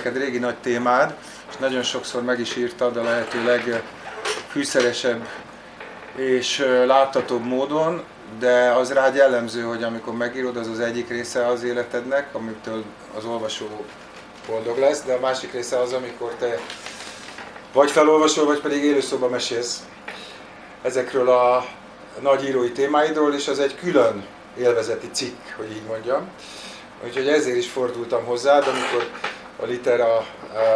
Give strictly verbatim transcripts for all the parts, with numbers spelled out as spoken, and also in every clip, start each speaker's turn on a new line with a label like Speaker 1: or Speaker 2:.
Speaker 1: neked régi nagy témád, és nagyon sokszor meg is írtad a lehető legfűszeresebb és láthatóbb módon, de az rád jellemző, hogy amikor megírod, az az egyik része az életednek, amitől az olvasó boldog lesz, de a másik része az, amikor te vagy felolvasol, vagy pedig élőszóban mesélsz ezekről a nagy írói témáidról, és az egy külön élvezeti cikk, hogy így mondjam. Úgyhogy ezért is fordultam hozzád, amikor a Litera a,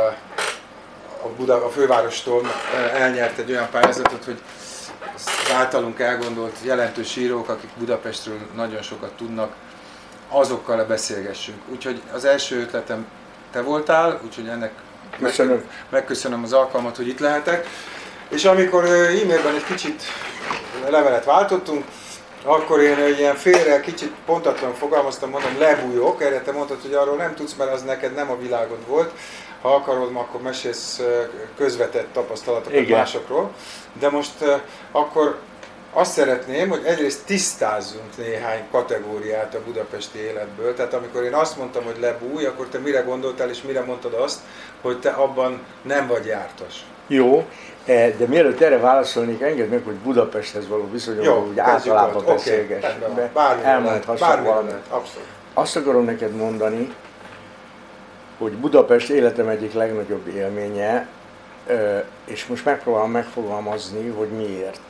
Speaker 1: a, Buda, a fővárostól elnyert egy olyan pályázatot, hogy az általunk elgondolt jelentős írók, akik Budapestről nagyon sokat tudnak, azokkal beszélgessünk. Úgyhogy az első ötletem te voltál, úgyhogy ennek
Speaker 2: Köszönöm.
Speaker 1: megköszönöm az alkalmat, hogy itt lehetek. És amikor e-mailben egy kicsit levelet váltottunk, akkor én ilyen félre, kicsit pontatlan fogalmaztam, mondom, lebújok, erre te mondtad, hogy arról nem tudsz, mert az neked nem a világod volt. Ha akarod, akkor mesélsz közvetett tapasztalatokat
Speaker 2: Igen.
Speaker 1: másokról. De most akkor azt szeretném, hogy egyrészt tisztázzunk néhány kategóriát a budapesti életből. Tehát amikor én azt mondtam, hogy lebúj, akkor te mire gondoltál, és mire mondtad azt, hogy te abban nem vagy jártas.
Speaker 2: Jó, de mielőtt erre válaszolnék, engedd meg, hogy Budapesthez való viszonyomról úgy általában beszélgessünk.
Speaker 1: Okay, bármilyen
Speaker 2: valamit.
Speaker 1: Abszolút.
Speaker 2: Azt akarom neked mondani, hogy Budapest életem egyik legnagyobb élménye, és most megpróbálom megfogalmazni, hogy miért.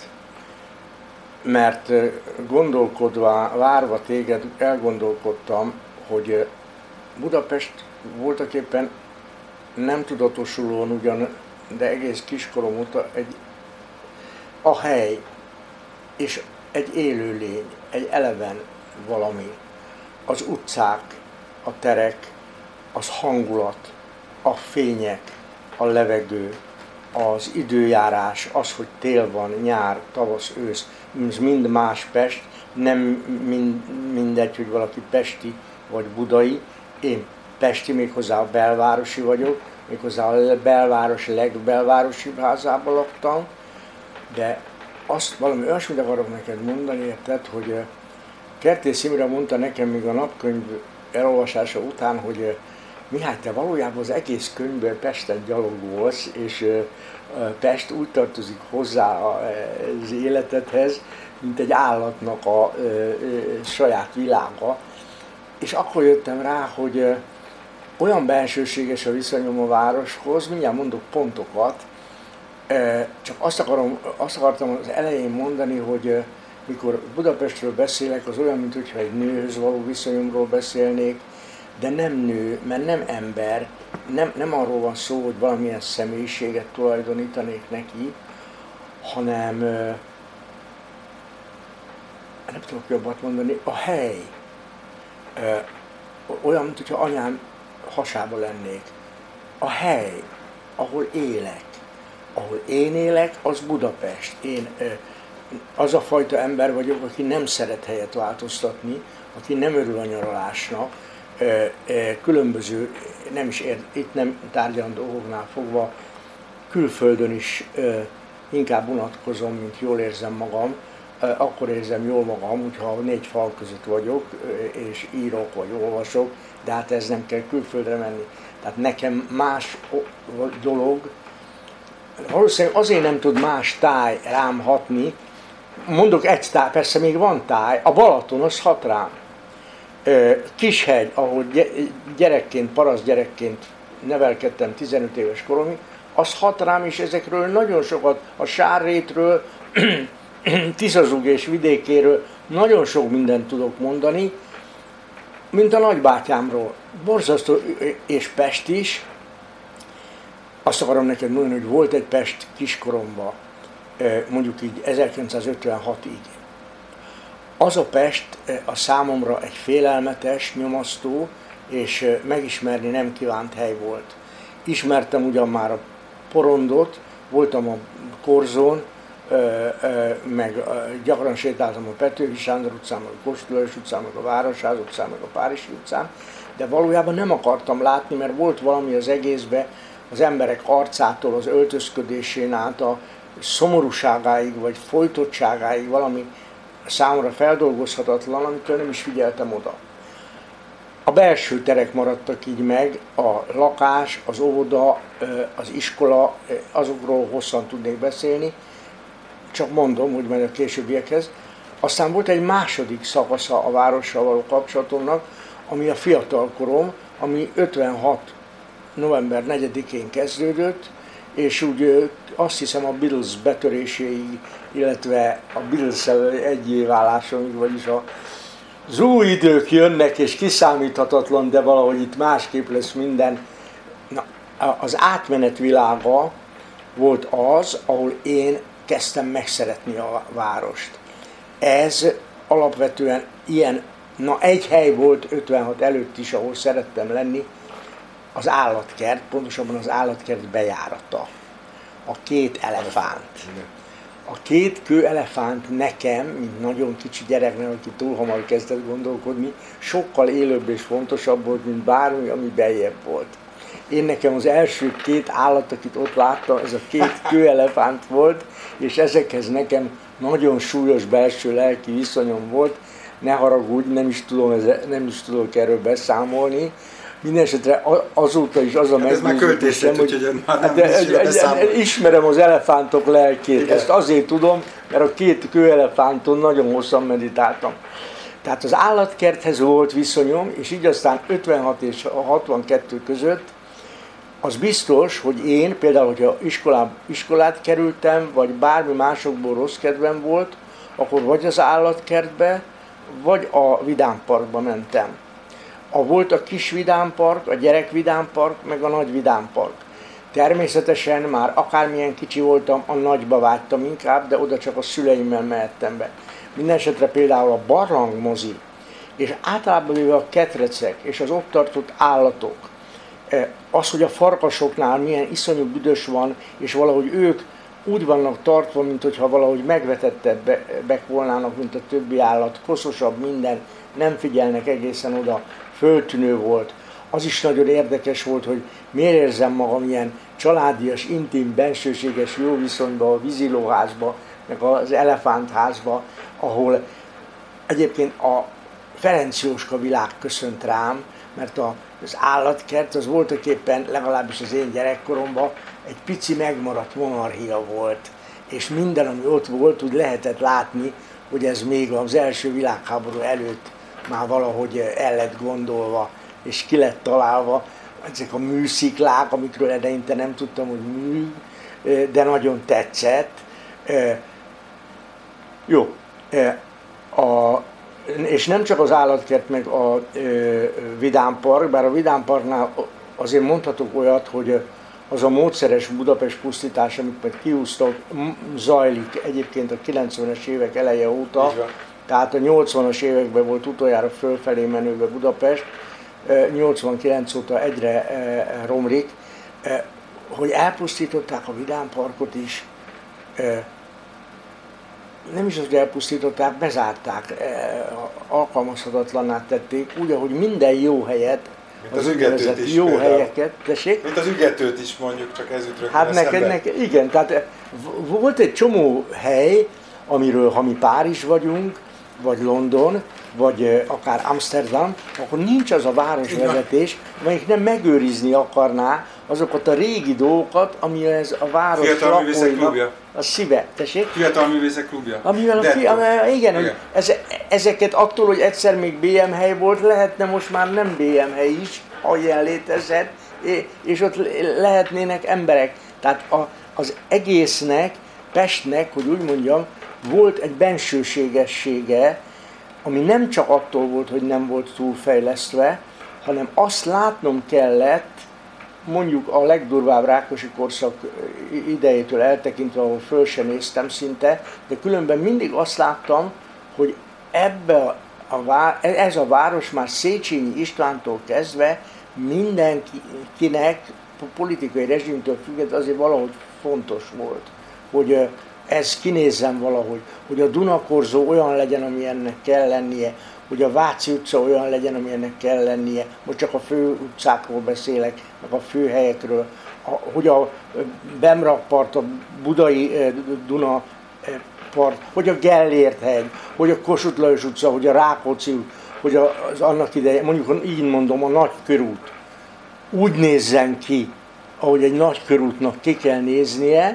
Speaker 2: Mert gondolkodva, várva téged, elgondolkodtam, hogy Budapest voltaképpen nem tudatosulóan ugyan, de egész kiskorom óta egy a hely, és egy élőlény, egy eleven valami. Az utcák, a terek, az hangulat, a fények, a levegő, az időjárás, az, hogy tél van, nyár, tavasz, ősz, ez mind más Pest, nem mind, mindegy, hogy valaki pesti vagy budai. Én pesti, méghozzá a belvárosi vagyok, méghozzá a belváros legbelvárosibb házában laktam, de azt valami olyasmit akarok neked mondani, érted, hogy Kertész Imre mondta nekem még a napkönyv elolvasása után, hogy Mihály, te valójában az egész könyvben Pesten gyalogolsz, és Pest úgy tartozik hozzá az életedhez, mint egy állatnak a saját világa. És akkor jöttem rá, hogy olyan bensőséges a viszonyom a városhoz, mindjárt mondok pontokat, csak azt, akarom, azt akartam az elején mondani, hogy mikor Budapestről beszélek, az olyan, mintha egy nőhöz való viszonyomról beszélnék, de nem nő, mert nem ember, nem, nem arról van szó, hogy valamilyen személyiséget tulajdonítanék neki, hanem, nem tudok jobbat mondani, a hely. Olyan, mintha anyám hasába lennék. A hely, ahol élek, ahol én élek, az Budapest. Én az a fajta ember vagyok, aki nem szeret helyet változtatni, aki nem örül a nyaralásnak, különböző, nem is ér, itt nem tárgyalandó okoknál fogva, külföldön is inkább unatkozom, mint jól érzem magam, akkor érzem jól magam, hogyha négy fal között vagyok, és írok vagy olvasok, de hát ez nem kell külföldre menni. Tehát nekem más dolog, valószínűleg azért nem tud más táj rám hatni, mondok egy táj, persze még van táj, a Balaton az hat rám. Kishegy, ahol gyerekként, paraszt gyerekként nevelkedtem tizenöt éves koromig, az hat rám, és ezekről nagyon sokat, a Sárrétről, Tiszazug és vidékéről nagyon sok mindent tudok mondani, mint a nagybátyámról. Borzasztó, és Pest is. Azt akarom neked mondani, hogy volt egy Pest kiskoromban, mondjuk így ezerkilencszázötvenhatig. Az a Pest a számomra egy félelmetes, nyomasztó, és megismerni nem kívánt hely volt. Ismertem ugyan már a Porondot, voltam a Korzón, meg gyakran sétáltam a Petőfi Sándor utcán, meg a Kossuth Lajos utcán, meg a Városház utcán, meg a Párizsi utcán, de valójában nem akartam látni, mert volt valami az egészben, az emberek arcától, az öltözködésén át a szomorúságáig, vagy folytottságáig valami számomra feldolgozhatatlan, amitől nem is figyeltem oda. A belső terek maradtak így meg, a lakás, az óvoda, az iskola, azokról hosszan tudnék beszélni, csak mondom, hogy majd a későbbiekhez. Aztán volt egy második szakasza a várossal való kapcsolatomnak, ami a fiatalkorom, ami ötvenhat november negyedikén kezdődött, és úgy azt hiszem a Beatles betöréséig, illetve a Beatles-szel egyé válásomig, vagyis a az új idők jönnek, és kiszámíthatatlan, de valahogy itt másképp lesz minden. Na, az átmenet világa volt az, ahol én kezdtem megszeretni a várost. Ez alapvetően ilyen, na egy hely volt ötvenhat előtt is, ahol szerettem lenni, az állatkert, pontosabban az állatkert bejárata. A két elefánt. A két kőelefánt nekem, mint nagyon kicsi gyereknek, aki túl hamar kezdett gondolkodni, sokkal élőbb és fontosabb volt, mint bármi, ami beljebb volt. Én nekem az első két állat, akit ott láttam, ez a két kőelefánt volt, és ezekhez nekem nagyon súlyos belső lelki viszonyom volt. Ne haragudj, nem is, tudom, nem is tudok erről beszámolni. Mindenesetre azóta is az a
Speaker 1: hát
Speaker 2: meggyőződésem,
Speaker 1: hogy már nem
Speaker 2: de, de, de, ismerem az elefántok lelkét. Igen. Ezt azért tudom, mert a két kőelefánton nagyon hosszan meditáltam. Tehát az állatkerthez volt viszonyom, és így aztán ötvenhat és hatvankettő között az biztos, hogy én például, hogyha iskolá, iskolát kerültem, vagy bármi másokból rossz kedvem volt, akkor vagy az állatkertbe, vagy a vidámparkba mentem. A volt a kis vidámpark, a gyerek vidámpark, meg a nagy vidámpark. Természetesen már akármilyen kicsi voltam, a nagyba vágytam inkább, de oda csak a szüleimmel mehettem be. Mindenesetre például a barlangmozi, és általában véve a ketrecek, és az ott tartott állatok, az, hogy a farkasoknál milyen iszonyú büdös van, és valahogy ők úgy vannak tartva, mint hogyha valahogy megvetettebbek volnának, mint a többi állat, koszosabb minden, nem figyelnek egészen oda, föltűnő volt. Az is nagyon érdekes volt, hogy miért érzem magam ilyen családias, intim, bensőséges jó viszonyban, a vízilóházba, meg az elefántházba, ahol egyébként a Ferenc Jóska világ köszönt rám, mert a, az állatkert az voltaképpen, legalábbis az én gyerekkoromban, egy pici megmaradt monarchia volt. És minden, ami ott volt, úgy lehetett látni, hogy ez még az első világháború előtt már valahogy el lett gondolva, és ki lett találva. Ezek a műsziklák, amikről eleinte nem tudtam, hogy mű, de nagyon tetszett. Jó, a, és nem csak az állatkert, meg a vidámpark, bár a vidámparknál azért mondhatok olyat, hogy az a módszeres Budapest pusztítás, amit majd kiúztak, zajlik egyébként a kilencvenes évek eleje óta, tehát a nyolcvanas években volt utoljára fölfelé menőbe Budapest, nyolcvankilenc óta egyre romlik, hogy elpusztították a vidámparkot is, nem is az, hogy elpusztították, bezárták, alkalmazhatatlanná tették, úgy, ahogy minden jó helyet,
Speaker 1: mint az, az ügetőt is
Speaker 2: jó
Speaker 1: például.
Speaker 2: Helyeket, tessék?
Speaker 1: Mint az ügetőt is mondjuk, csak ez ütről.
Speaker 2: Hát neked, neked, igen, tehát volt egy csomó hely, amiről, ha mi Párizs vagyunk, vagy London, vagy akár Amsterdam, akkor nincs az a városvezetés, amelyik nem megőrizni akarná azokat a régi dolgokat, amihez a város
Speaker 1: Fiatal Művészek Klubja.
Speaker 2: A szíve, tessék?
Speaker 1: Fiatal Művészek Klubja.
Speaker 2: Amivel a fi, igen, igen. Hogy ez, ezeket attól, hogy egyszer még bé em hely volt, lehetne most már nem bé em hely is, ha ilyen létezett, és ott lehetnének emberek. Tehát a, az egésznek, Pestnek, hogy úgy mondjam, volt egy bensőségessége, ami nem csak attól volt, hogy nem volt túlfejlesztve, hanem azt látnom kellett, mondjuk a legdurvább Rákosi korszak idejétől eltekintve, ahol föl sem néztem szinte, de különben mindig azt láttam, hogy ebbe a, a, ez a város már Széchenyi Istvántól kezdve mindenkinek politikai rezsimtől függetlenül azért valahogy fontos volt, hogy ez kinézzen valahogy, hogy a Dunakorzó olyan legyen, amilyennek kell lennie, hogy a Váci utca olyan legyen, amilyennek kell lennie, most csak a fő utcákról beszélek, meg a fő helyekről, hogy a Bemrak-part, a budai Duna part, hogy a Gellért hegy, hogy a Kossuth Lajos utca, hogy a Rákóczi út, hogy az annak ideje, mondjuk így mondom, a nagy körút úgy nézzen ki, ahogy egy nagy körútnak ki kell néznie.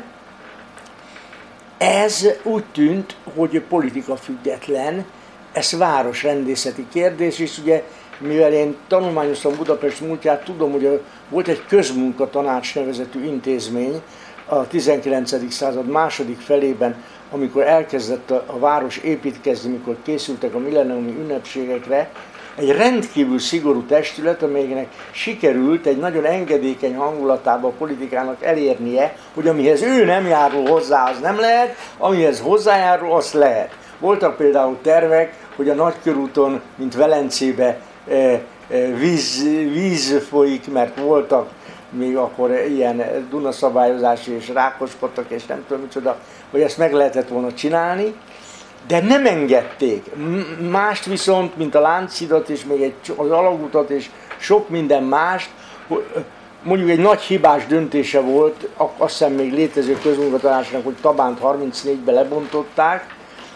Speaker 2: Ez úgy tűnt, hogy politika független, ez városrendészeti kérdés, és ugye mivel én tanulmányoztam Budapest múltját, tudom, hogy volt egy közmunkatanács nevezetű intézmény a tizenkilencedik század második felében, amikor elkezdett a, a város építkezni, mikor készültek a milleniumi ünnepségekre, egy rendkívül szigorú testület, amelynek sikerült egy nagyon engedékeny hangulatában a politikának elérnie, hogy amihez ő nem járul hozzá, az nem lehet, amihez hozzájárul, az lehet. Voltak például tervek, hogy a Nagykörúton, mint Velencébe víz, víz folyik, mert voltak még akkor ilyen Dunaszabályozási és Rákospatak, és nem tudom micsoda, hogy ezt meg lehetett volna csinálni, de nem engedték. Mást viszont, mint a Lánchidat és még egy, az Alagutat és sok minden mást, mondjuk egy nagy hibás döntése volt, azt hiszem még létező közmunkatanácsnak, hogy Tabánt harmincnégyben lebontották.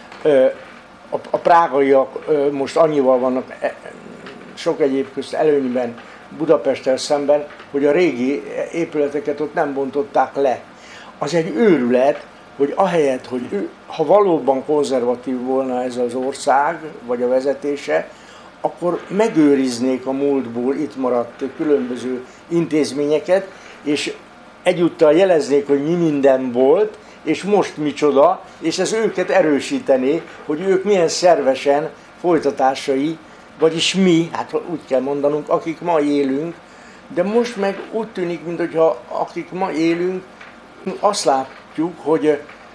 Speaker 2: A prágaiak most annyival vannak sok egyéb közt előnyben Budapesttel szemben, hogy a régi épületeket ott nem bontották le. Az egy őrület, hogy ahelyett, hogy ő, ha valóban konzervatív volna ez az ország, vagy a vezetése, akkor megőriznék a múltból itt maradt különböző intézményeket, és egyúttal jeleznék, hogy mi minden volt, és most micsoda, és ez őket erősítené, hogy ők milyen szervesen folytatásai, vagyis mi, hát úgy kell mondanunk, akik ma élünk, de most meg úgy tűnik, mintha akik ma élünk, azt látjuk, hogy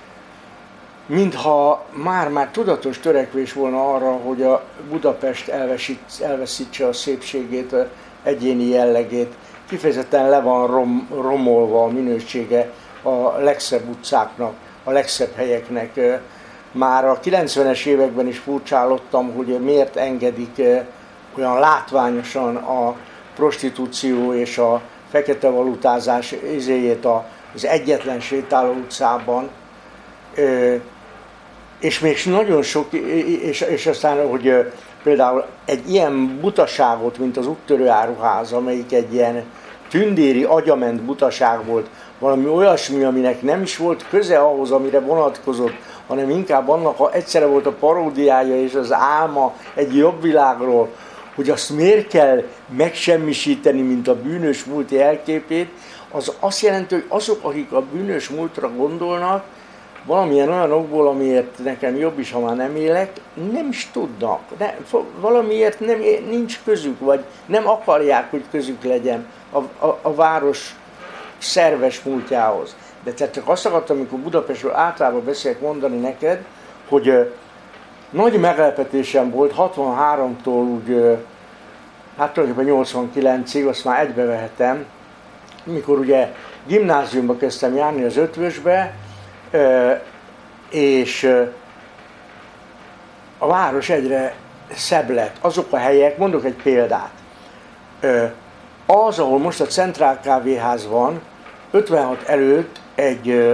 Speaker 2: mintha már-már tudatos törekvés volna arra, hogy a Budapest elveszítse a szépségét, a egyéni jellegét, kifejezetten le van rom, romolva a minősége a legszebb utcáknak, a legszebb helyeknek. Már a kilencvenes években is furcsálottam, hogy miért engedik olyan látványosan a prostitúció és a fekete valutázás izéjét az egyetlen sétáló utcában. És még nagyon sok, és, és aztán, hogy például egy ilyen butaságot, mint az úttörő áruház, amelyik egy ilyen tündéri, agyament butaság volt, valami olyasmi, aminek nem is volt köze ahhoz, amire vonatkozott, hanem inkább annak a, egyszerre volt a paródiája és az álma egy jobb világról, hogy azt miért kell megsemmisíteni, mint a bűnös múlt jelképét, az azt jelenti, hogy azok, akik a bűnös múltra gondolnak, valamilyen olyan okból, amiért nekem jobb is, ha már nem élek, nem is tudnak. Ne, valamiért nem, nincs közük, vagy nem akarják, hogy közük legyen a, a, a város szerves múltjához. De tehát csak azt akartam, amikor Budapestről általában beszélek mondani neked, hogy uh, nagy meglepetésem volt hatvanháromtól úgy, uh, hát tulajdonképpen nyolcvankilencig, azt már egybevehetem, mikor ugye gimnáziumba kezdtem járni az Ötvösbe, uh, és uh, a város egyre szebb lett. Azok a helyek, mondok egy példát, uh, az, ahol most a Centrál Kávéház van, ötvenhat előtt egy ö,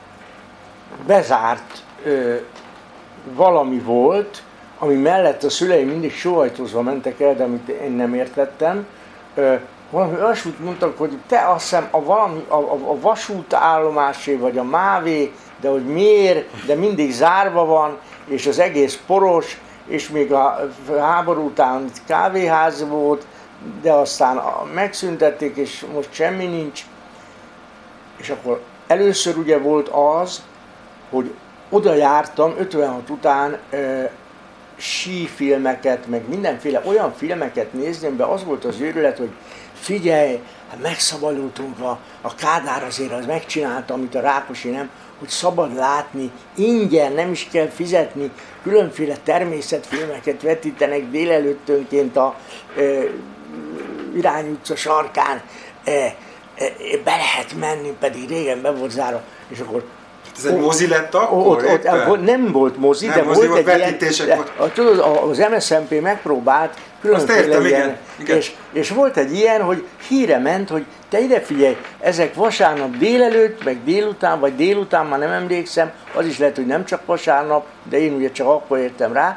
Speaker 2: bezárt ö, valami volt, ami mellett a szüleim mindig sóhajtozva mentek el, de amit én nem értettem. Ö, valami olyasmit mondtak, hogy te azt hiszem a, valami, a, a, a vasútállomásé vagy a mávé, de hogy miért, de mindig zárva van, és az egész poros, és még a háború után kávéház volt, de aztán megszüntették, és most semmi nincs. És akkor először ugye volt az, hogy oda jártam ötvenhat után e, sífilmeket, meg mindenféle olyan filmeket nézni, amiben az volt az őrület, hogy figyelj, hát megszabadultunk, a, a Kádár azért az megcsinálta, amit a Rákosi nem, hogy szabad látni, ingyen, nem is kell fizetni, különféle természetfilmeket vetítenek délelőttönként a e, Irány utca sarkán, e, e, be lehet menni, pedig régen be volt zárva, és akkor
Speaker 1: ez egy mozi lett akkor?
Speaker 2: Ott, ott, nem volt mozi, nem, de mozi volt egy ilyen, de, tudod, az em es em pé megpróbált különféle
Speaker 1: értem,
Speaker 2: ilyen,
Speaker 1: igen, igen.
Speaker 2: És, és volt egy ilyen, hogy híre ment, hogy te ide figyelj, ezek vasárnap délelőtt, meg délután, vagy délután, már nem emlékszem, az is lehet, hogy nem csak vasárnap, de én ugye csak akkor értem rá,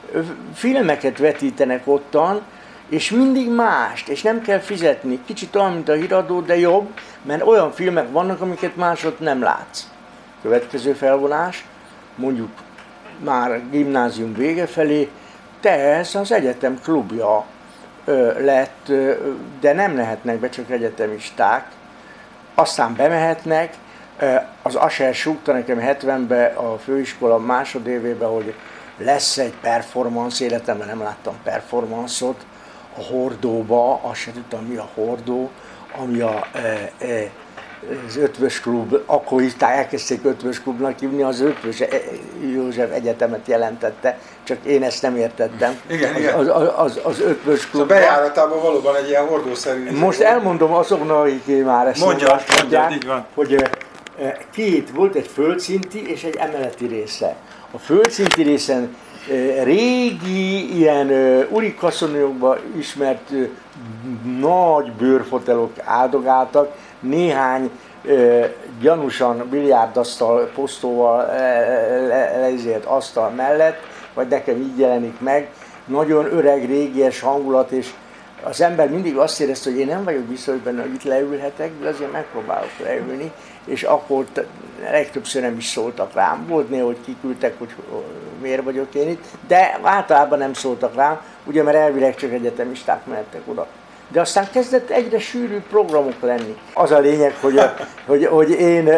Speaker 2: filmeket vetítenek ottan, és mindig mást, és nem kell fizetni. Kicsit olyan, mint a híradó, de jobb, mert olyan filmek vannak, amiket másod nem látsz. Következő felvonás, mondjuk már gimnázium vége felé, tehez az egyetem klubja lett, de nem lehetnek be csak egyetemisták. Aztán bemehetnek, az Aser súgta nekem hetvenben a főiskola másodévében, hogy lesz egy performance, életemben nem láttam performance-ot, a Hordóba, azt sem tudtam mi a Hordó, ami a, e, e, az Ötvös Klub, akkor is elkezdték Ötvös Klubnak hívni, az Ötvös József Egyetemet jelentette, csak én ezt nem értettem.
Speaker 1: Igen,
Speaker 2: az,
Speaker 1: igen.
Speaker 2: Az, az, az, az Ötvös Klub.
Speaker 1: A bejáratában valóban egy ilyen hordószerű.
Speaker 2: Most elmondom azoknak, akik már ezt
Speaker 1: mondja, mondja, így van.
Speaker 2: Hogy két, volt egy földszinti és egy emeleti része. A földszinti részen régi, ilyen urikaszonyokban ismert nagy bőrfotelok áldogáltak, néhány gyanúsan biliárdasztal, posztóval leizélt asztal mellett, vagy nekem így jelenik meg, nagyon öreg, régies hangulat, és az ember mindig azt érezte, hogy én nem vagyok biztos benne, hogy itt leülhetek, de azért megpróbálok leülni, és akkor legtöbbször nem is szóltak rám. Volt néha, hogy kiküldtek, hogy miért vagyok én itt, de általában nem szóltak rám, ugye, mert elvileg csak egyetemisták mehettek oda. De aztán kezdett egyre sűrűbb programok lenni. Az a lényeg, hogy, hogy, hogy én,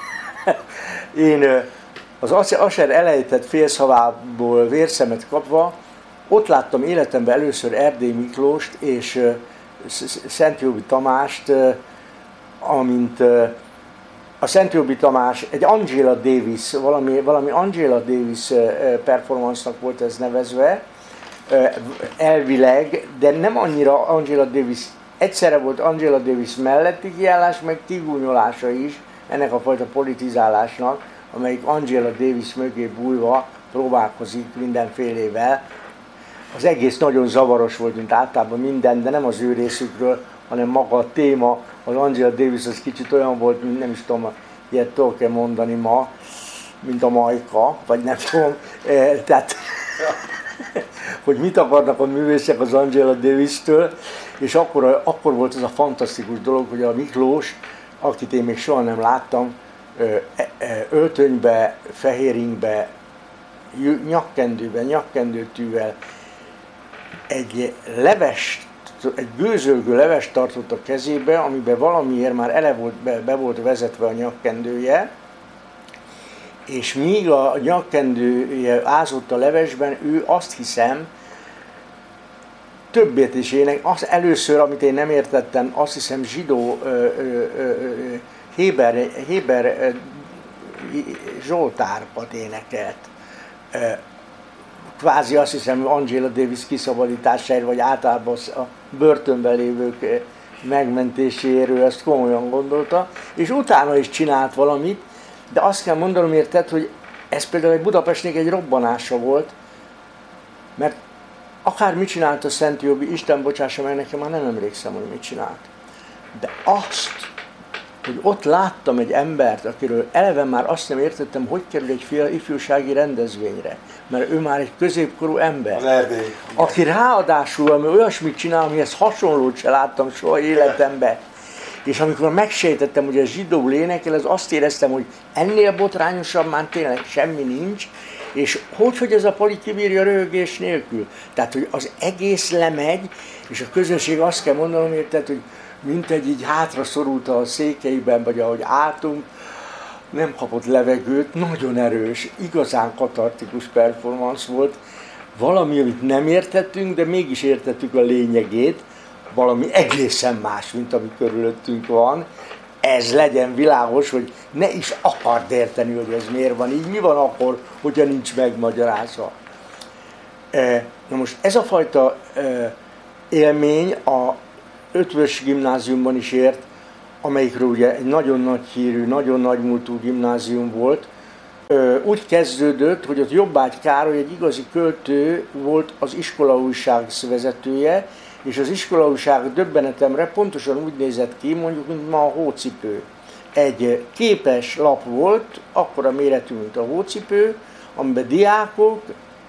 Speaker 2: én az Aser elejtett félszavából vérszemet kapva, ott láttam életemben először Erdély Miklóst és Szentjóbi Tamást, amint a Szentjóbi Tamás egy Angela Davis, valami, valami Angela Davis performance-nak volt ez nevezve, elvileg, de nem annyira Angela Davis, egyszerre volt Angela Davis melletti kiállás, meg kigúnyolása is ennek a fajta politizálásnak, amelyik Angela Davis mögé bújva próbálkozik mindenfélével. Az egész nagyon zavaros volt, mint általában minden, de nem az ő részükről, hanem maga a téma. Az Angela Davis az kicsit olyan volt, mint nem is tudom, ilyet tudok-e mondani ma, mint a Majka, vagy nem tudom. Tehát, hogy mit akarnak a művészek az Angela Davis-től, és akkor, akkor volt az a fantasztikus dolog, hogy a Miklós, akit én még soha nem láttam, öltönybe, fehéringbe, nyakkendőben, nyakkendőtűvel egy leves, egy gőzölgő levest tartott a kezébe, amiben valamiért már ele volt, be, be volt vezetve a nyakkendője, és míg a nyakkendője ázott a levesben, ő azt hiszem, többet is ének, az először, amit én nem értettem, azt hiszem zsidó ö, ö, ö, Héber, Héber Zsoltárpat énekelt. Kvázi azt hiszem Angela Davis kiszabadításáért, vagy általában a börtönben lévők megmentéséről, ezt komolyan gondolta, és utána is csinált valamit, de azt kell mondanom érted, hogy ez például egy Budapestnek egy robbanása volt, mert akár mit csinált a Szentjóbi, Isten bocsássa meg, nekem már nem emlékszem, hogy mit csinált. De azt, hogy ott láttam egy embert, akiről eleve már azt nem értettem, hogy kerül egy fél ifjúsági rendezvényre, mert ő már egy középkorú ember.
Speaker 1: Az Erdély.
Speaker 2: Aki ráadásul, ami olyasmit csinál, amihez hasonlót se láttam soha életemben. És amikor megsejtettem, hogy ez zsidó lénekel, az azt éreztem, hogy ennél botrányosabb már tényleg semmi nincs, és hogy, hogy ez a pali kibírja röhögés nélkül. Tehát, hogy az egész lemegy, és a közönség azt kell mondanom érted, hogy mint egy így hátra szorult a székeiben, vagy ahogy álltunk, nem kapott levegőt, nagyon erős, igazán katartikus performance volt. Valami, amit nem értettünk, de mégis értettük a lényegét, valami egészen más, mint ami körülöttünk van. Ez legyen világos, hogy ne is akard érteni, hogy ez miért van így, mi van akkor, hogyha nincs megmagyarázva. Na most ez a fajta élmény a Ötvös gimnáziumban is ért, amelyikről ugye egy nagyon nagy hírű, nagyon nagy múltú gimnázium volt. Úgy kezdődött, hogy ott Jobbágy Károly egy igazi költő volt, az iskolaújság vezetője, és az iskolaújság döbbenetemre pontosan úgy nézett ki, mondjuk, mint ma a hócipő. Egy képes lap volt, akkora méretű, mint a hócipő, amiben diákok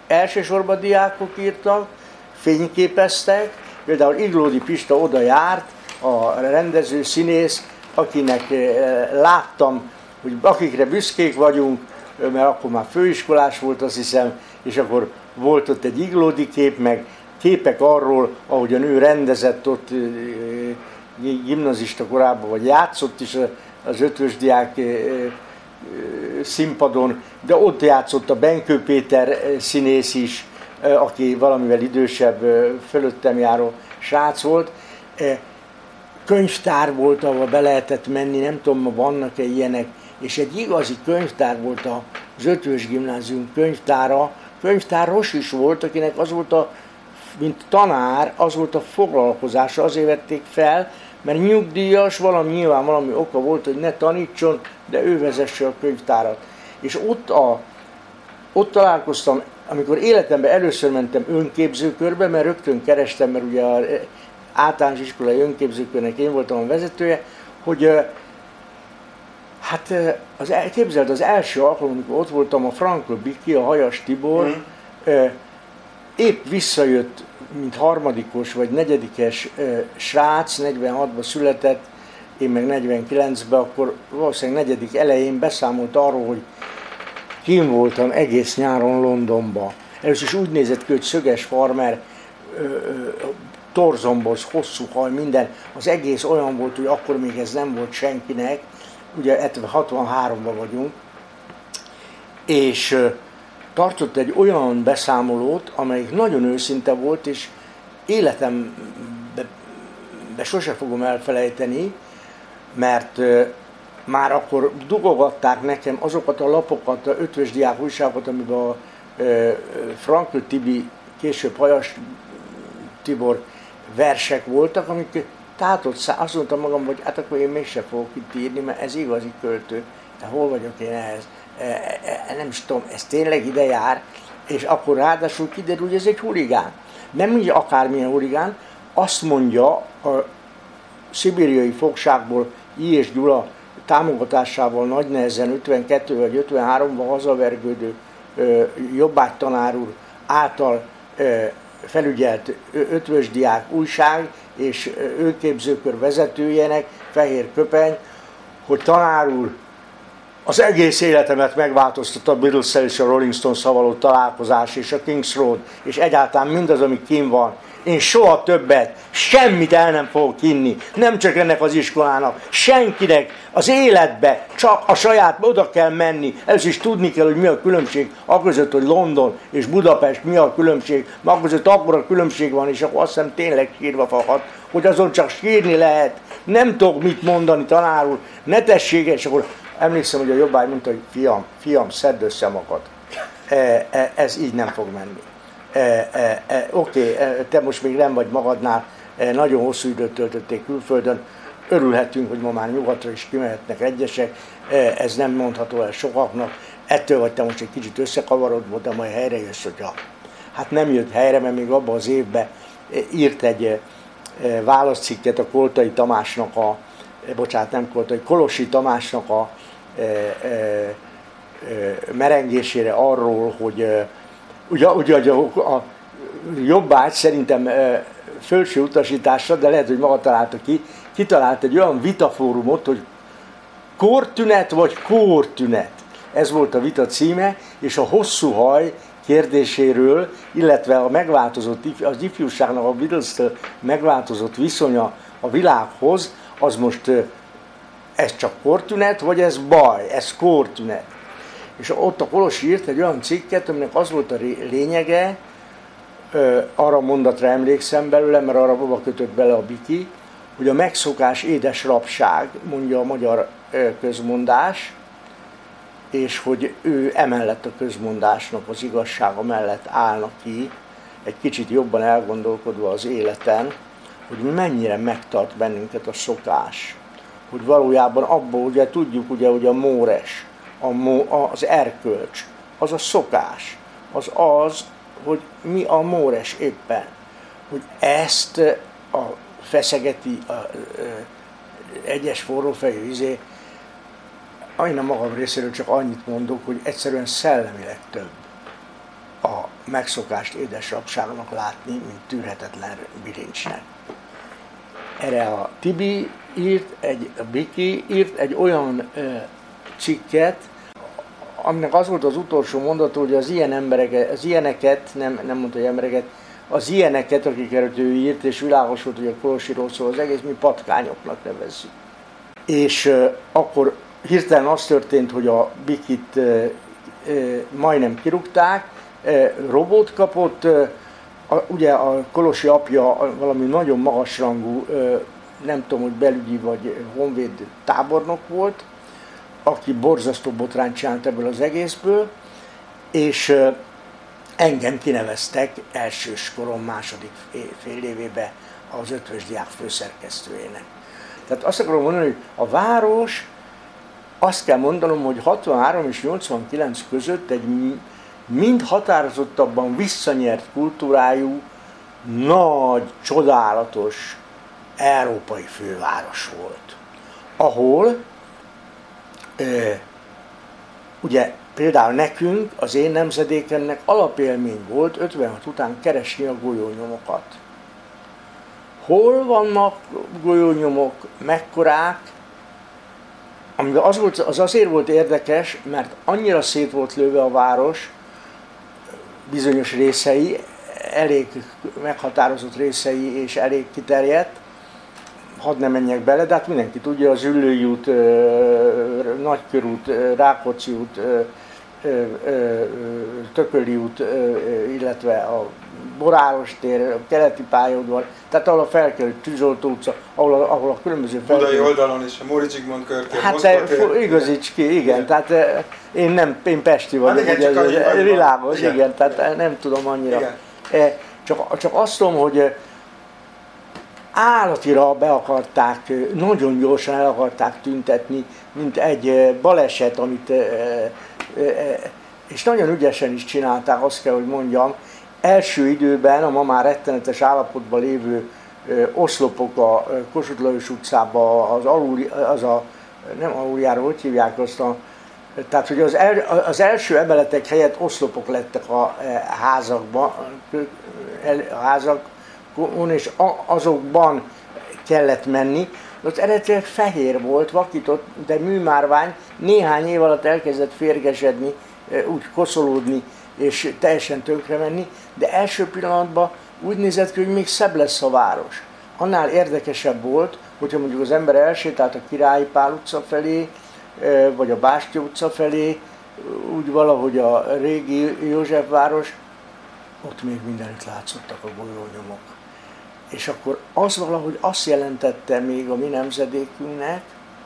Speaker 2: elsősorban diákok írtak, fényképeztek, például Iglódi Pista oda járt, a rendező, színész, akinek láttam, hogy akikre büszkék vagyunk, mert akkor már főiskolás volt, azt hiszem, és akkor volt ott egy Iglódi kép, meg képek arról, ahogy a nő rendezett ott gimnazista korában, vagy játszott is az ötvös diák színpadon, de ott játszott a Benkő Péter színész is, aki valamivel idősebb, fölöttem járó srác volt. Könyvtár volt, ahol be lehetett menni, nem tudom, ma vannak-e ilyenek, és egy igazi könyvtár volt az Ötvös Gimnázium könyvtára. Könyvtáros is volt, akinek az volt a, mint tanár, az volt a foglalkozása, azért vették fel, mert nyugdíjas, valami, nyilván valami oka volt, hogy ne tanítson, de ő vezesse a könyvtárat. És ott, a, ott találkoztam, amikor életemben először mentem önképzőkörbe, mert rögtön kerestem, mert ugye az általános iskolai önképzőkörnek én voltam a vezetője, hogy hát az, képzeld, az első alkalom, amikor ott voltam, a Frankl Biki, a Hajas Tibor, mm. épp visszajött, mint harmadikos vagy negyedikes srác, negyvenhatban született, én meg negyvenkilencben, akkor valószínűleg negyedik elején beszámolt arról, hogy kim voltam egész nyáron Londonba. Először is úgy nézett ki, hogy szöges farmer, torzomboz, hosszú haj, minden, az egész olyan volt, hogy akkor még ez nem volt senkinek, ugye hatvanháromban vagyunk, és tartott egy olyan beszámolót, amelyik nagyon őszinte volt, és életemben sose fogom elfelejteni, mert már akkor dugogatták nekem azokat a lapokat, a ötvös diák újságot, amiben a Frankl Tibi, később Hajas Tibor versek voltak, amik tátott, azt mondtam magam, hogy hát akkor én mégsem fogok itt írni, mert ez igazi költő. De hol vagyok én ehhez? E, e, nem is tudom, ez tényleg ide jár, és akkor ráadásul kiderül, hogy ez egy huligán. Nem így akármilyen huligán, azt mondja a szibériai fogságból I. és Gyula támogatásával nagy nehezen ötvenkettő vagy ötvenháromban hazavergődő jobbágytanár úr által felügyelt ötvös diák újság és önképzőkör vezetőjének, Fehér Köpeny, hogy tanár úr, az egész életemet megváltoztatta a Beatles-szel és a Rolling Stones-szal való találkozás és a King's Road, és egyáltalán mindaz, ami kint van. Én soha többet, semmit el nem fogok hinni, nem csak ennek az iskolának, senkinek az életbe, csak a saját, oda kell menni. Először is tudni kell, hogy mi a különbség, aközött, hogy London és Budapest mi a különbség, aközött akkora különbség van, és akkor azt hiszem tényleg sírva fakad, hogy azon csak sírni lehet, nem tudok mit mondani, tanár úr, ne tessék, és akkor emlékszem, hogy a jobbágy mondta, hogy fiam, fiam, szedd össze magad, ez így nem fog menni. E, e, e, Oké, okay, te most még nem vagy magadnál, e, nagyon hosszú időt töltötték külföldön, örülhetünk, hogy ma már nyugatra is kimehetnek egyesek, e, ez nem mondható el sokaknak, ettől vagy te most egy kicsit összekavarodva, de majd helyre jössz, hogyha. Hát nem jött helyre, mert még abban az évben írt egy e, válaszcikket a Koltai Tamásnak a, e, bocsánat, nem Koltai, Kolossy Tamásnak a e, e, e, merengésére arról, hogy e, Ugye, ugye a, a jobbágy szerintem e, felső utasításra, de lehet, hogy maga találta ki, kitalált egy olyan vitafórumot, hogy kortünet vagy kórtünet. Ez volt a vita címe, és a hosszú haj kérdéséről, illetve a megváltozott, az ifjúságnak a Beatles-től megváltozott viszonya a világhoz, az most ez csak kortünet, vagy ez baj, ez kórtünet. És ott a Kolossy írt egy olyan cikket, aminek az volt a lényege, arra mondatra emlékszem belőle, mert arra baba kötött bele a Biki, hogy a megszokás édes rabság, mondja a magyar közmondás, és hogy ő emellett a közmondásnak az igazsága mellett állnak ki, egy kicsit jobban elgondolkodva az életen, hogy mennyire megtart bennünket a szokás. Hogy valójában abból ugye tudjuk, ugye, hogy a móres, A, az erkölcs, az a szokás, az az, hogy mi a móres éppen, hogy ezt a feszegeti a, a, a, egyes forrófejű izé, én a magam részéről csak annyit mondok, hogy egyszerűen szellemileg több a megszokást édesapságnak látni, mint tűrhetetlen bilincsnek. Erre a Tibi írt, egy, a Biki írt egy olyan ö, cikket, aminek az volt az utolsó mondata, hogy az ilyen embereket, az ilyeneket, nem, nem mondta, hogy embereket, az ilyeneket, akiket ő írt, és világos volt, hogy a Kolosiról szól az egész, mi patkányoknak nevezzük. És uh, akkor hirtelen az történt, hogy a Bikit uh, uh, majdnem kirúgták, uh, robót kapott, uh, a, ugye a Kolosi apja valami nagyon magasrangú, uh, nem tudom, hogy belügyi vagy honvéd tábornok volt, aki borzasztó botrányt csinált ebből az egészből, és uh, engem kineveztek elsős korom második fél évébe az Ötvös Diák főszerkesztőjének. Tehát azt akarom mondani, hogy a város, azt kell mondanom, hogy hatvanhárom és nyolcvankilenc között egy mind határozottabban visszanyert kultúrájú, nagy, csodálatos európai főváros volt, ahol e, ugye például nekünk, az én nemzedékemnek alapélmény volt ötvenhat után keresni a golyónyomokat. Hol vannak golyónyomok, mekkorák, amiben az, volt, az azért volt érdekes, mert annyira szét volt lőve a város bizonyos részei, elég meghatározott részei és elég kiterjedt, hadd ne menjek bele, de hát mindenki tudja, az Üllői út, Nagykörút, Rákóczi út, Tököli út, illetve a Boráros tér, a keleti pályaudvar, tehát ahol a felkelő Tűzoltó utca, ahol a, ahol a különböző
Speaker 1: felkelő... Budai oldalon is, a Móricz Zsigmond körtér,
Speaker 2: hát igazíts ki, igen, igen. Tehát én nem, én pesti vagyok, hát igen, ugye, ez világos, igen. igen, tehát nem tudom annyira. Igen. Csak, csak azt tudom, hogy állatira be akarták, nagyon gyorsan el akarták tüntetni, mint egy baleset, amit, és nagyon ügyesen is csinálták, azt kell, hogy mondjam. Első időben a ma már rettenetes állapotban lévő oszlopok a Kossuth Lajos utcában, az, alul, az a, nem aluljáról, hogy hívják azt a, tehát hogy az, el, az első emeletek helyett oszlopok lettek a házakban, a házakon, és azokban kellett menni. Ott eredetileg fehér volt, vakított, de műmárvány néhány év alatt elkezdett férgesedni, úgy koszolódni és teljesen tönkre menni, de első pillanatban úgy nézett ki, hogy még szebb lesz a város. Annál érdekesebb volt, hogyha mondjuk az ember elsétált a Királyi Pál utca felé, vagy a Bástya utca felé, úgy valahogy a régi Józsefváros, ott még mindenütt látszottak a golyónyomok. És akkor az valahogy azt jelentette még a mi nemzedékünknek,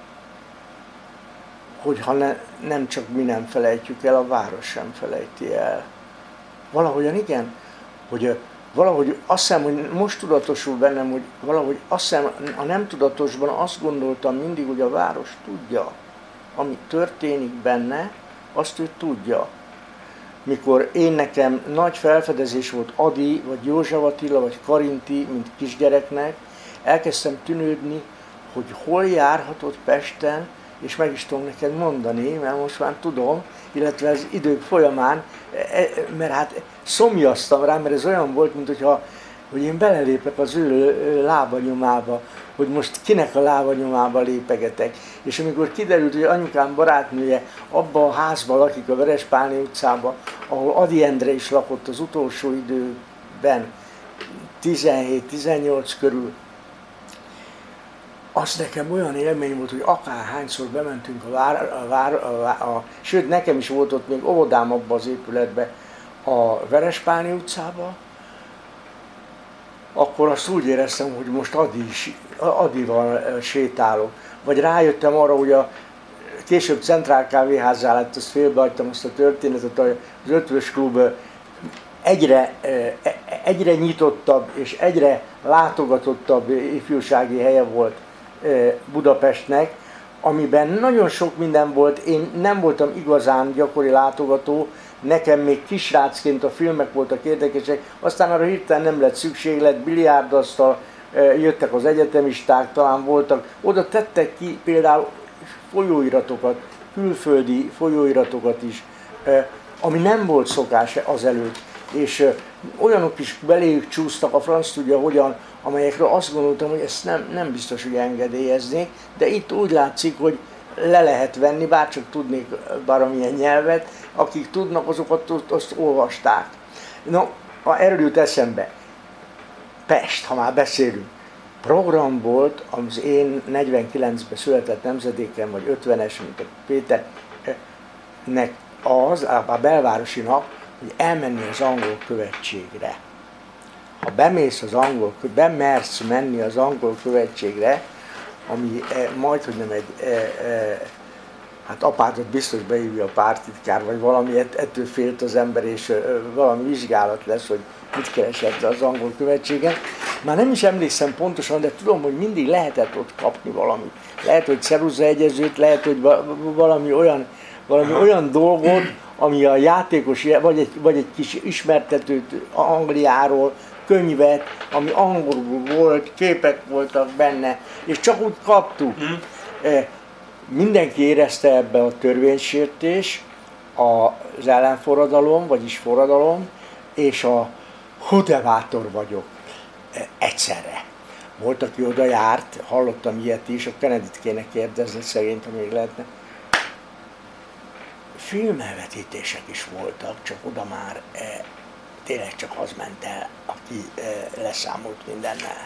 Speaker 2: hogy ha ne, nem csak mi nem felejtjük el, a város sem felejti el. Valahogyan igen, hogy valahogy azt hiszem, hogy most tudatosul bennem, hogy valahogy azt hiszem, a nem tudatosban azt gondoltam mindig, hogy a város tudja, ami történik benne, azt ő tudja. Mikor én nekem nagy felfedezés volt Adi, vagy József Attila, vagy Karinti, mint kisgyereknek, elkezdtem tűnődni, hogy hol járhatott Pesten, és meg is tudom neked mondani, mert most már tudom, illetve az idők folyamán, mert hát szomjaztam rá, mert ez olyan volt, mint hogyha, hogy én belelépek az ő lábanyomába, hogy most kinek a lábanyomába lépegetek. És amikor kiderült, hogy anyukám barátnője abban a házban lakik a Verespálné utcában, ahol Ady Endre is lakott az utolsó időben, tizenhét-tizennyolc körül, az nekem olyan élmény volt, hogy akárhányszor bementünk a vár, a vár, a, a, a, sőt nekem is volt ott még óvodám abban az épületben, a Verespálné utcába, akkor azt úgy éreztem, hogy most Adi is, Adival sétálok. Vagy rájöttem arra, hogy a később Centrál kávéházzá lett, azt félbehagytam azt a történetet, az Ötvös Klub egyre, egyre nyitottabb és egyre látogatottabb ifjúsági helye volt Budapestnek, amiben nagyon sok minden volt. Én nem voltam igazán gyakori látogató, nekem még kisrácként a filmek voltak érdekesek, aztán arra hirtelen nem lett szükséglet, biliárdasztal, jöttek az egyetemisták, talán voltak, oda tettek ki például folyóiratokat, külföldi folyóiratokat is, ami nem volt szokás azelőtt. és olyanok is beléjük csúsztak, a franc tudja hogyan, amelyekről azt gondoltam, hogy ezt nem, nem biztos, hogy engedélyeznék, de itt úgy látszik, hogy le lehet venni, bárcsak tudnék valamilyen nyelvet, akik tudnak, azokat azt olvasták. No, erről jut eszembe. Pest, ha már beszélünk. Program volt az én negyvenkilencben született nemzedékem, vagy ötvenes, mint a Péternek az, a belvárosinak, hogy elmenni az angol követségre. Ha bemész az angol, bemersz menni az angol követségre, ami majd, hogy nem egy, e, e, hát apádot biztos beívja a pártitkár, vagy valami, ettől félt az ember, és e, valami vizsgálat lesz, hogy mit keresett az angol követségen. Már nem is emlékszem pontosan, de tudom, hogy mindig lehetett ott kapni valamit. Lehet, hogy ceruzaegyezőt, lehet, hogy valami olyan, valami olyan dolgot, ami a játékos, vagy egy, vagy egy kis ismertetőt Angliáról, könyvet, ami angolul volt, képek voltak benne, és csak úgy kaptuk. Mm. Mindenki érezte ebbe a törvénysértés, az ellenforradalom, vagyis forradalom, és a hudevátor vagyok egyszerre. Volt, aki oda járt, hallottam ilyet is, a Kennedy-t kéne kérdezni, szegényt, ha még lehetne. Filmelvetítések is voltak, csak oda már e, tényleg csak az ment el, aki e, leszámolt mindennel.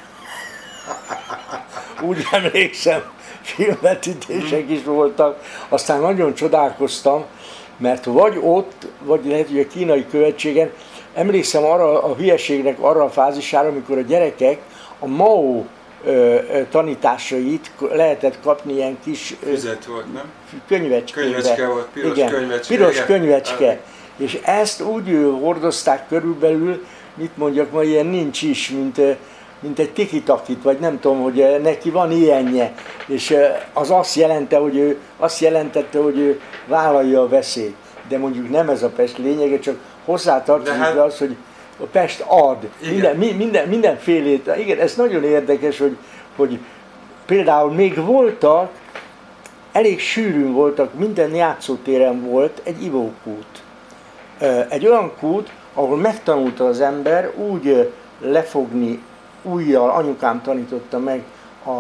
Speaker 2: Úgy emlékszem, filmvetítések is voltak, aztán nagyon csodálkoztam, mert vagy ott, vagy lehet, hogy a kínai követségen, emlékszem arra a hülyeségnek, arra a fázisára, amikor a gyerekek a Mao ö, ö, tanításait lehetett kapni ilyen kis
Speaker 1: Füzet volt, nem?
Speaker 2: Könyvecskébe.
Speaker 1: Könyvecske volt, piros
Speaker 2: igen,
Speaker 1: könyvecske.
Speaker 2: Piros
Speaker 1: igen.
Speaker 2: könyvecske. Ah. És ezt úgy hordozták körülbelül, mit mondjak, ma ilyen nincs is, mint, mint egy tikitakit, vagy nem tudom, hogy neki van ilyenje. És az azt jelente, hogy ő, azt jelentette, hogy ő vállalja a veszélyt. De mondjuk nem ez a Pest lényege, csak hozzátartozik hát... az, hogy a Pest ad. Minden, minden, mindenfélét. Igen, ez nagyon érdekes, hogy, hogy például még voltak, elég sűrűn voltak, minden játszótéren volt egy ivókút. Egy olyan kút, ahol megtanulta az ember úgy lefogni ujjal, anyukám tanította meg a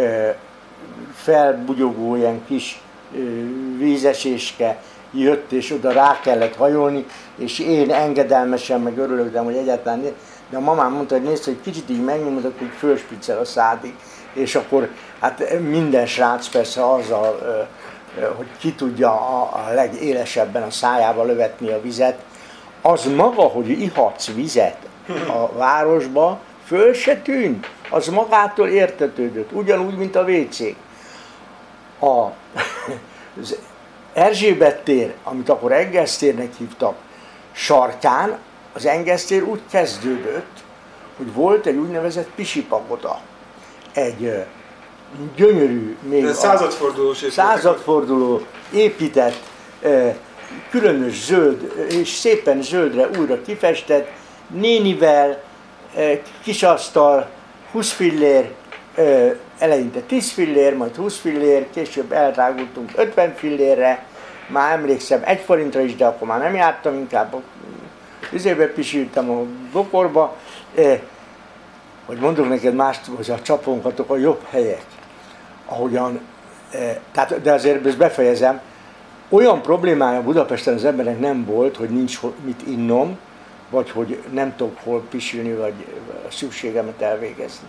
Speaker 2: felbugyogó ilyen kis vízeséske jött, és oda rá kellett hajolni, és én engedelmesen meg örülök, hogy egyáltalán, de a mamám mondta, hogy nézd, hogy kicsit így megnyomod, akkor fölspiccel a szádig, és akkor hát minden srác persze azzal, hogy ki tudja a legélesebben a szájába lövetni a vizet, az maga, hogy ihatsz vizet a városba, föl se tűnt, az magától értetődött, ugyanúgy, mint a vécék. A, az Erzsébet tér, amit akkor Engesztérnek hívtak, sarkán, az Engesztér úgy kezdődött, hogy volt egy úgynevezett pisipagoda. Egy gyönyörű, még
Speaker 1: a századfordulós
Speaker 2: századforduló épített, különös zöld, és szépen zöldre újra kifestett, nénivel, kis asztal, húsz fillér, eleinte tíz fillér, majd húsz fillér, később elrágultunk ötven fillérre, már emlékszem egy forintra is, de akkor már nem jártam, inkább üzébe pisültem a bokorba, hogy mondok neked mást, hogy a csaponkatok a jobb helyek, ahogyan, tehát, de azért ezt befejezem, olyan problémája Budapesten az embernek nem volt, hogy nincs mit innom, vagy hogy nem tudok hol pisilni, vagy a szükségemet elvégezni.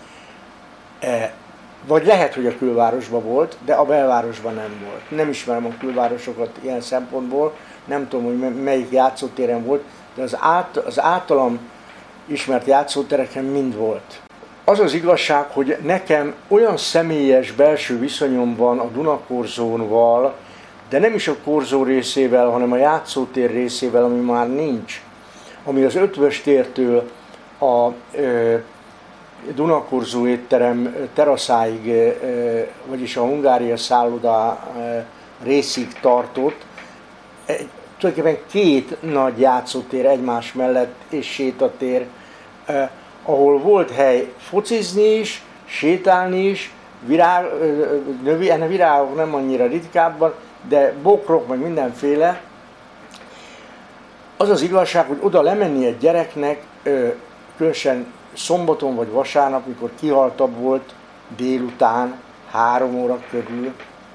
Speaker 2: Vagy lehet, hogy a külvárosban volt, de a belvárosban nem volt. Nem ismerem a külvárosokat ilyen szempontból, nem tudom, hogy melyik játszótéren volt, de az, át, az általam ismert játszótereken mind volt. Az az igazság, hogy nekem olyan személyes belső viszonyom van a Dunakorzónval, de nem is a korzó részével, hanem a játszótér részével, ami már nincs. Ami az Ötvös tértől a ö, Dunakorzó étterem teraszáig, ö, vagyis a Hungária szálloda ö, részig tartott. E, tulajdonképpen két nagy játszótér egymás mellett és sétatér, ö, ahol volt hely focizni is, sétálni is, virág, ö, növi, ennek virágok nem annyira ritkábban, de bokrok, meg mindenféle. az az igazság, hogy oda lemenni egy gyereknek, különösen szombaton vagy vasárnap, mikor kihaltabb volt délután, három óra körül,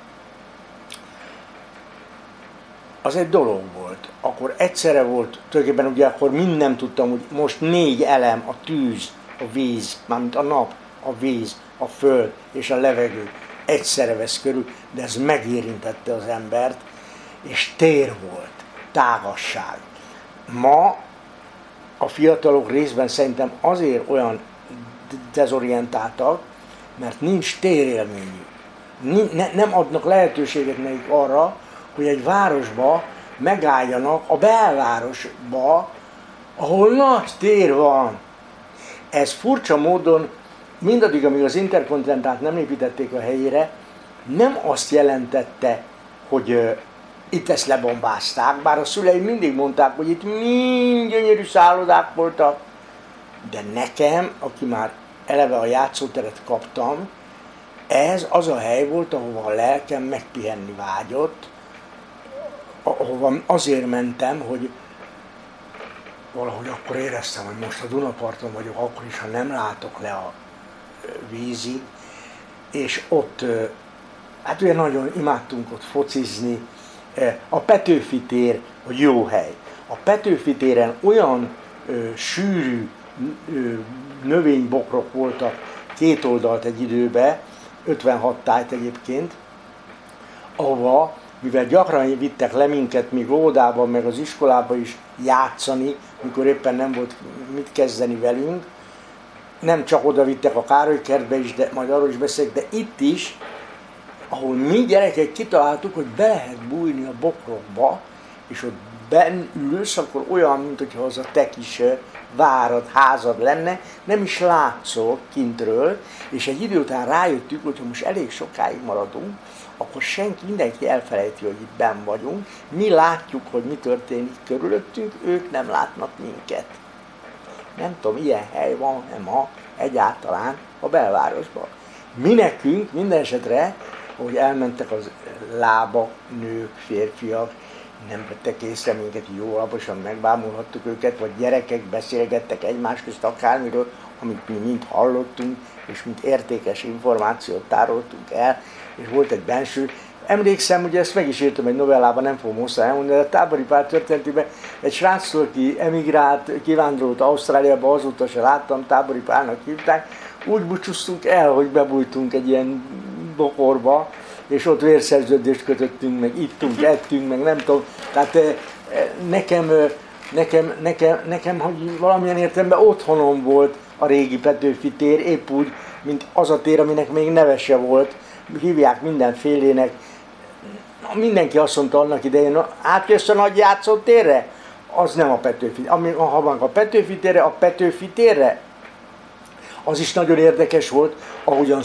Speaker 2: az egy dolog volt. Akkor egyszerre volt, tulajdonképpen ugye akkor minden tudtam, hogy most négy elem, a tűz, a víz, mármint a nap, a víz, a föld és a levegő egyszerre vesz körül, de ez megérintette az embert, és tér volt, tágasság. Ma a fiatalok részben szerintem azért olyan dezorientáltak, mert nincs térélményük. Nem adnak lehetőséget nekik arra, hogy egy városba megálljanak, a belvárosba, ahol nagy tér van. Ez furcsa módon, mindaddig, amíg az Interkontinentált nem építették a helyére, nem azt jelentette, hogy uh, itt ezt lebombázták, bár a szüleim mindig mondták, hogy itt mind gyönyörű szállodák voltak, de nekem, aki már eleve a játszóteret kaptam, ez az a hely volt, ahova a lelkem megpihenni vágyott, ahova azért mentem, hogy valahogy akkor éreztem, hogy most a Dunaparton vagyok, akkor is, ha nem látok le a vízig, és ott, hát ugye nagyon imádtunk ott focizni, a Petőfi tér a jó hely. A Petőfi téren olyan ö, sűrű ö, növénybokrok voltak két oldalt egy időben, ötvenhat tájt egyébként, ahova, mivel gyakran vittek le minket még óvodában, meg az iskolában is játszani, mikor éppen nem volt mit kezdeni velünk, nem csak oda vittek a Károly kertbe is, de majd arról is beszélek, de itt is, ahol mi gyerekek kitaláltuk, hogy be lehet bújni a bokrokba, és ott benn ülsz, akkor olyan, mint hogyha az a te kis várad, házad lenne, nem is látszol kintről, és egy idő után rájöttük, hogy ha most elég sokáig maradunk, akkor senki, mindenki elfelejti, hogy itt benn vagyunk, mi látjuk, hogy mi történik körülöttünk, ők nem látnak minket. Nem tudom, ilyen hely van-e ma egyáltalán a belvárosban. Mi nekünk minden esetre, ahogy elmentek az lába, nők, férfiak, nem vettek észre minket, jó alaposan megbámulhattuk őket, vagy gyerekek beszélgettek egymás közt akármiről, amit mi mind hallottunk, és mint értékes információt tároltunk el, és volt egy benső. Emlékszem, ugye ezt meg is írtam egy novellában, nem fogom hozzá elmondani, de a Tábori Pál történetében egy sráctól, aki emigrált, kivándorolt Ausztráliába, azóta se láttam, Tábori Pálnak hívták, úgy búcsúztunk el, hogy bebújtunk egy ilyen bokorba, és ott vérszerződést kötöttünk, meg ittunk, ettünk, meg nem tudom. Tehát nekem, nekem, nekem, nekem hogy valamilyen értelemben otthonom volt a régi Petőfi tér, épp úgy, mint az a tér, aminek még neve se volt. Hívják mindenfélének. Mindenki azt mondta annak idején, átjössz a nagy játszótérre? Az nem a Petőfi. Ami, ha van a Petőfi térre, a Petőfi térre, az is nagyon érdekes volt, ahogyan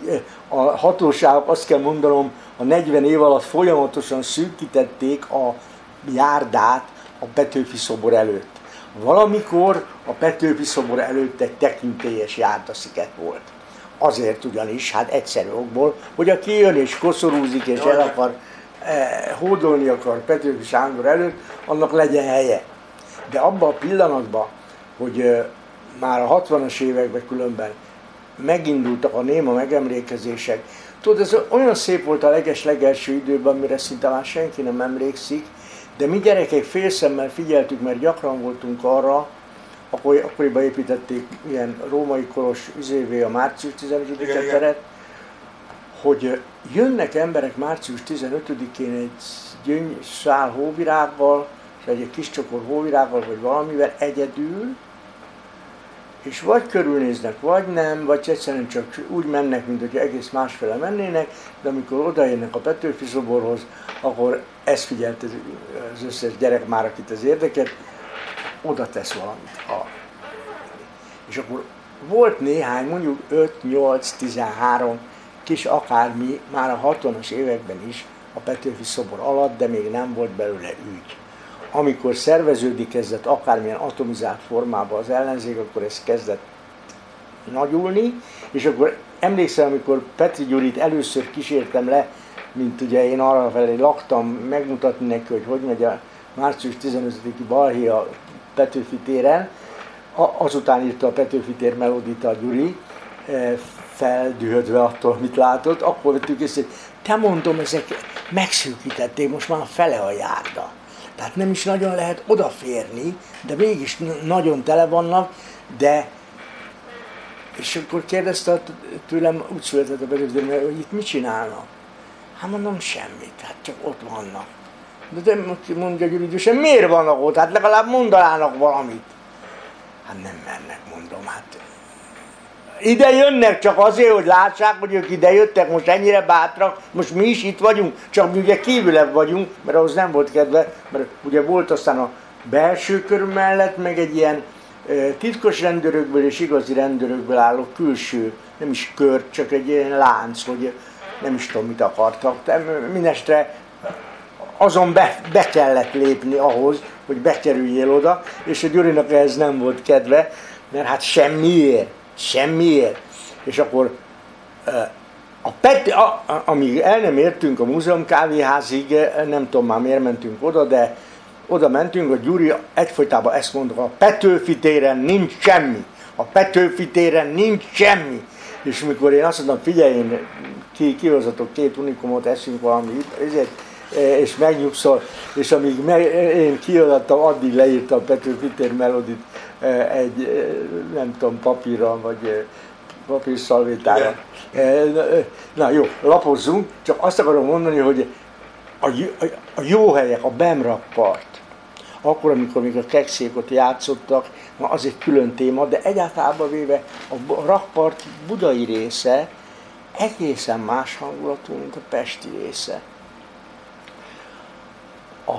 Speaker 2: a hatóságok, azt kell mondanom, a negyven év alatt folyamatosan szűkítették a járdát a Petőfi szobor előtt. Valamikor a Petőfi szobor előtt egy tekintélyes járdasziget volt. Azért ugyanis, hát egyszerű okból, hogy aki jön és koszorúzik és el akar, eh, hódolni akar Petőfi Sándor előtt, annak legyen helye. De abban a pillanatban, hogy eh, már a hatvanas években különben megindultak a néma megemlékezések. Tudod, ez olyan szép volt a leges-legelső időben, amire szinte már senki nem emlékszik, de mi gyerekek félszemmel figyeltük, mert gyakran voltunk arra, akkor, akkoriban építették ilyen római koros üzévé a március tizenötödike teret, hogy jönnek emberek március tizenötödikén egy gyöny szál hóvirággal, vagy egy kis csokor hóvirággal, vagy valamivel egyedül, és vagy körülnéznek, vagy nem, vagy egyszerűen csak úgy mennek, mint hogy egész másfele mennének, de amikor odaérnek a Petőfi szoborhoz, akkor ezt figyelt az összes gyerek már, akit ez érdekelt, oda tesz valamit. A... És akkor volt néhány, mondjuk öt, nyolc, tizenhárom kis akármi, már a hatvanas években is a Petőfi szobor alatt, de még nem volt belőle ügy. Amikor szerveződni kezdett akármilyen atomizált formában az ellenzék, akkor ez kezdett nagyulni, és akkor emlékszem, amikor Petri Gyurit először kísértem le, mint ugye én arra felé laktam, megmutatni neki, hogy hogy megy a március tizenötödiki balhé a Petőfi téren, azután írta a Petőfi tér melódit a Gyuri, feldühödve attól, amit látott, akkor vettük észre, hogy te mondom, ezek megszűkítették, most már a fele a járda. Tehát nem is nagyon lehet odaférni, de mégis nagyon tele vannak, de és akkor kérdezte tőlem, úgy született a Petőfi, hogy itt mit csinálnak? Hát mondom, semmit, hát csak ott vannak. De, de mondja Gyuri, miért vannak ott? Hát legalább mondanának valamit. Hát nem mernek, mondom, hát ide jönnek csak azért, hogy lássák, hogy ők ide jöttek, most ennyire bátrak, most mi is itt vagyunk, csak mi ugye kívülebb vagyunk, mert ahhoz nem volt kedve, mert ugye volt aztán a belső kör mellett, meg egy ilyen e, titkos rendőrökből és igazi rendőrökből álló külső, nem is kör, csak egy ilyen lánc, hogy nem is tudom, mit akartak, de mindestre azon be, be kellett lépni ahhoz, hogy bekerüljél oda, és a Gyurinak ehhez nem volt kedve, mert hát semmiért, semmiért. És akkor a Peti, a, a, amíg el nem értünk a múzeum kávéházig, nem tudom már miért mentünk oda, de oda mentünk, a Gyuri egyfolytában ezt mondta, a Petőfi téren nincs semmi, a Petőfi téren nincs semmi. És mikor én azt mondtam, figyelj, én ki, kihozatok két unikumot, eszünk valamit, ezért, és megnyugszol, és amíg meg, én kiadattam, addig leírtam a Petőfi tér melódit egy, nem tudom, papírra, vagy papírszalvétára. Na jó, lapozzunk, csak azt akarom mondani, hogy a, a jó helyek, a Bemrakpart, akkor, amikor még a kekszékot játszottak, na az egy külön téma, de egyáltalán véve a rakpart budai része egészen más hangulatú, mint a pesti része. A,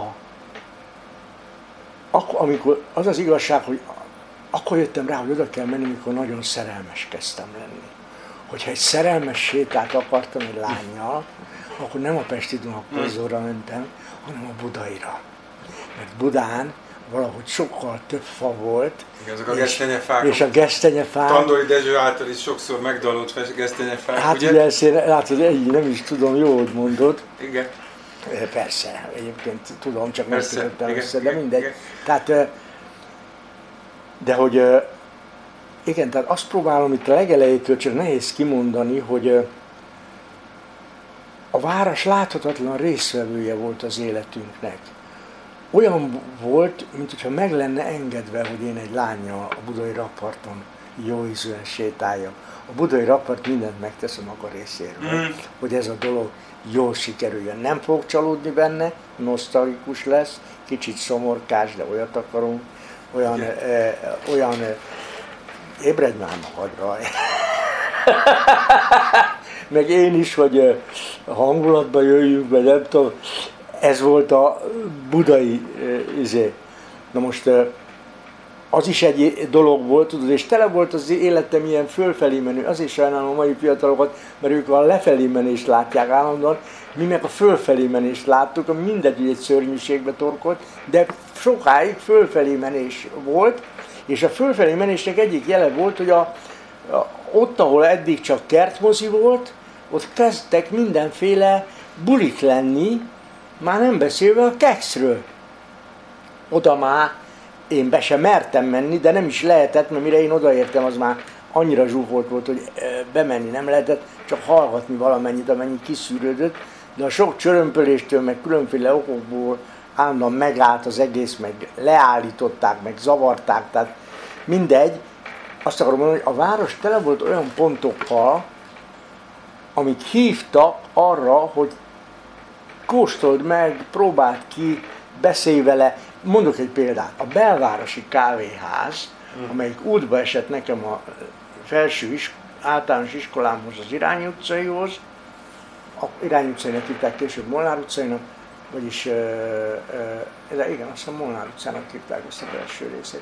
Speaker 2: akkor, amikor, az az igazság, hogy akkor jöttem rá, hogy oda kell menni, amikor nagyon szerelmes kezdtem lenni. Hogyha egy szerelmes sétát akartam egy lánnyal, akkor nem a pesti Dunakorzóra mentem, hanem a budaira. Mert Budán valahogy sokkal több fa volt.
Speaker 1: Igen, azok a gesztenyefák.
Speaker 2: És a gesztenyefák.
Speaker 1: Tandori Dezső által is sokszor megdalolt gesztenyefák,
Speaker 2: hát
Speaker 1: ugye?
Speaker 2: ugye ezt én, látod, így nem is tudom, jó, hogy mondod.
Speaker 1: Igen.
Speaker 2: Persze, egyébként tudom, csak
Speaker 1: Persze,
Speaker 2: nem tudottam
Speaker 1: igen,
Speaker 2: össze, de
Speaker 1: igen,
Speaker 2: mindegy.
Speaker 1: igen.
Speaker 2: Tehát, de hogy, igen, tehát azt próbálom itt a legelejétől, csak nehéz kimondani, hogy a város láthatatlan résztvevője volt az életünknek. Olyan volt, mint hogyha meg lenne engedve, hogy én egy lánnyal a budai rakparton jó ízűen sétáljak. A budai rakpart mindent megtesz a maga részéről, mm. hogy ez a dolog jól sikerüljön. Nem fogok csalódni benne, nosztalikus lesz, kicsit szomorkás, de olyat akarunk, olyan, eh, olyan eh, ébredj már magadra. Meg én is, hogy eh, hangulatba jöjjünk be, nem tudom. Ez volt a budai uh, izé. Na most uh, az is egy dolog volt, tudod, és tele volt az életem ilyen fölfelé menő. Azért sajnálom a mai fiatalokat, mert ők a lefelé menést látják állandóan, mi meg a fölfelé menést láttuk, ami mindegy egy szörnyűségbe torkolt, de sokáig fölfelé menés volt, és a fölfelé menésnek egyik jele volt, hogy a, a, ott, ahol eddig csak kertmozi volt, ott kezdtek mindenféle bulik lenni, már nem beszélve a kekszről. Oda már én be sem mertem menni, de nem is lehetett, mert mire én odaértem, az már annyira zsúfolt volt, hogy bemenni nem lehetett, csak hallgatni valamennyit, amennyi kiszűrődött, de a sok csörömpöléstől, meg különféle okokból állandóan megállt az egész, meg leállították, meg zavarták, tehát mindegy. Azt akarom mondani, hogy a város tele volt olyan pontokkal, amik hívtak arra, hogy kóstold meg, próbáld ki, beszélj vele. Mondok egy példát. A belvárosi kávéház, amelyik útba esett nekem a felső is, általános iskolámhoz, az Irány utcaihoz, a Irány utcainak hívták később Molnár utcainak, vagyis, de igen, azt hiszem Molnár utcának hívták ezt a belső részét.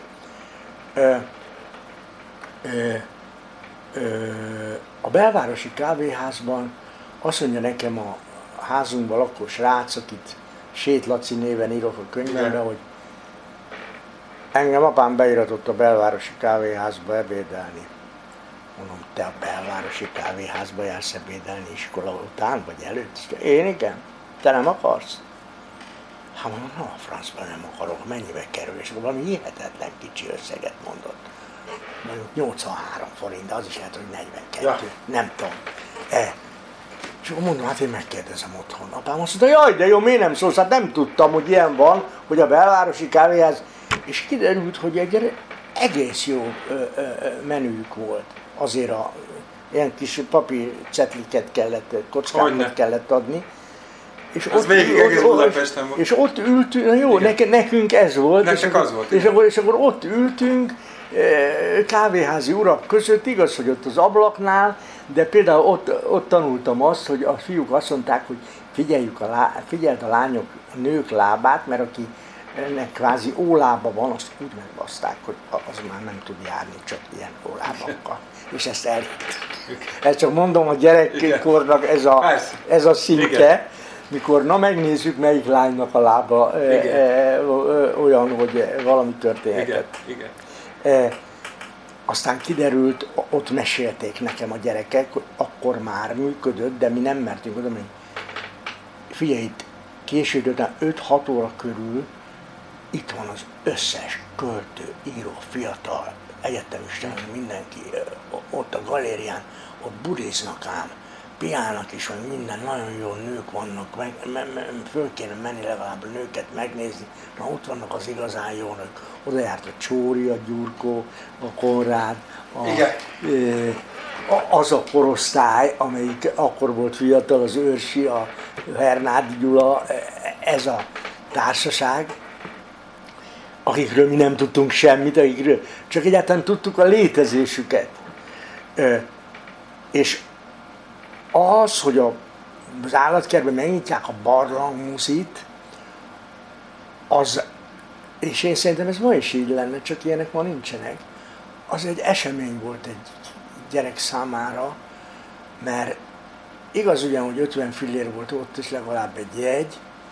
Speaker 2: A belvárosi kávéházban azt mondja nekem a házunkban lakó srác, akit Sét Laci néven írok a könyvemre, hogy engem apám beiratott a belvárosi kávéházba ebédelni. Mondom, te a belvárosi kávéházba jársz ebédelni iskola után, vagy előtt? Én igen. Te nem akarsz? Hát mondom, na a francban nem akarok, mennyibe kerül, és valami hihetetlen kicsi összeget mondott. Mondjuk nyolcvanhárom forint, de az is lehet, hogy negyvenkettő, ja. Nem tudom. E. És akkor mondom, hát én megkérdezem otthon. Apám azt mondta, jaj, de jó, miért nem szólsz? Hát nem tudtam, hogy ilyen van, hogy a belvárosi kávéház, és kiderült, hogy egy egész jó ö, ö, menüjük volt. Azért a ilyen kis papírcetliket kellett, kockákat kellett adni. És
Speaker 1: az
Speaker 2: ott,
Speaker 1: végig egész Budapesten volt.
Speaker 2: És ott ültünk, na jó, neke, nekünk ez volt.
Speaker 1: Nektek
Speaker 2: és akkor,
Speaker 1: az volt.
Speaker 2: És akkor, és akkor ott ültünk, kávéházi urak között, igaz, hogy ott az ablaknál, de például ott, ott tanultam azt, hogy a fiúk azt mondták, hogy figyeljük a lá, figyeld a lányok, a nők lábát, mert aki ennek kvázi ólába van, azt úgy megbaszták, hogy az már nem tud járni csak ilyen ólábakkal. És ezt elhittük. Ezt csak mondom, a gyerekkornak ez a, ez a szintje, igen. Mikor na megnézzük, melyik lánynak a lába e, e, olyan, hogy valami történhetett.
Speaker 1: Igen. Igen.
Speaker 2: E, aztán kiderült, ott mesélték nekem a gyerekek, hogy akkor már működött, de mi nem mertünk oda menni. Figyelj, itt késő után öt-hat óra körül itt van az összes költő, író, fiatal, egyetemista, mindenki ott a galérián, ott budiznak ám, piálnak is, vagy minden, nagyon jó nők vannak, meg, me, me, föl kéne menni legalább a nőket megnézni, na ott vannak az igazán jó nők, oda járt a Csóri, a Gyurkó, a Konrád, a, e, az a korosztály, amelyik akkor volt fiatal, az Őrsi, a Hernádi Gyula, ez a társaság, akikről mi nem tudtunk semmit, akikről csak egyáltalán tudtuk a létezésüket. E, és az, hogy a, az állatkertben megnyitják a barlangmuszit, az, és én szerintem ez ma is így lenne, csak ilyenek ma nincsenek, az egy esemény volt egy gyerek számára, mert igaz ugyan, hogy ötven fillér volt ott is legalább egy jegy,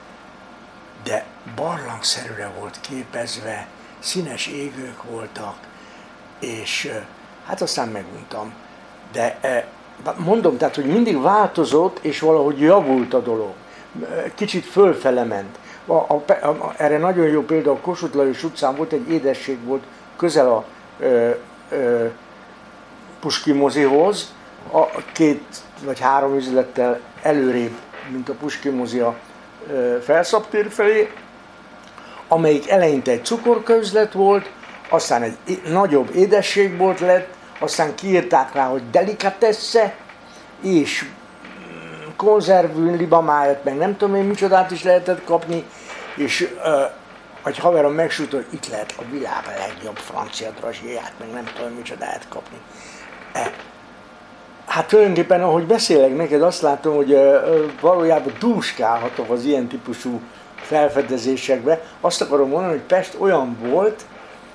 Speaker 2: de barlangszerűre volt képezve, színes égők voltak, és hát aztán meguntam. De mondom, tehát, hogy mindig változott, és valahogy javult a dolog. Kicsit fölfele ment. A, a, a, erre nagyon jó példa, a Kossuth Lajos utcán volt egy édesség, volt közel a ö, ö, Pushkin mozihoz, a két vagy három üzlettel előrébb, mint a Pushkin mozi a Felszabtér felé, amelyik eleinte egy cukorkaüzlet volt, aztán egy nagyobb édességbolt lett, aztán kiírták rá, hogy delikatesse, és konzervűn, libamájat, meg nem tudom én micsodát is lehetett kapni, és uh, egy haverom megsúgta, hogy itt lehet a világ legjobb francia drazséját, meg nem tudom micsodát kapni. E, hát tulajdonképpen, ahogy beszélek neked, azt látom, hogy uh, valójában dúskálhatok az ilyen típusú felfedezésekbe. Azt akarom mondani, hogy Pest olyan volt,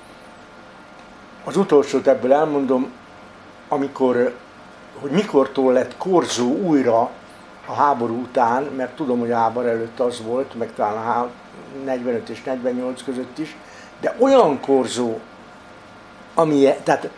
Speaker 2: az utolsót ebből elmondom, amikor, hogy mikortól lett korzó újra a háború után, mert tudom, hogy a háború előtt az volt, meg talán a negyvenöt és negyvennyolc között is, de olyan korzó, ami, tehát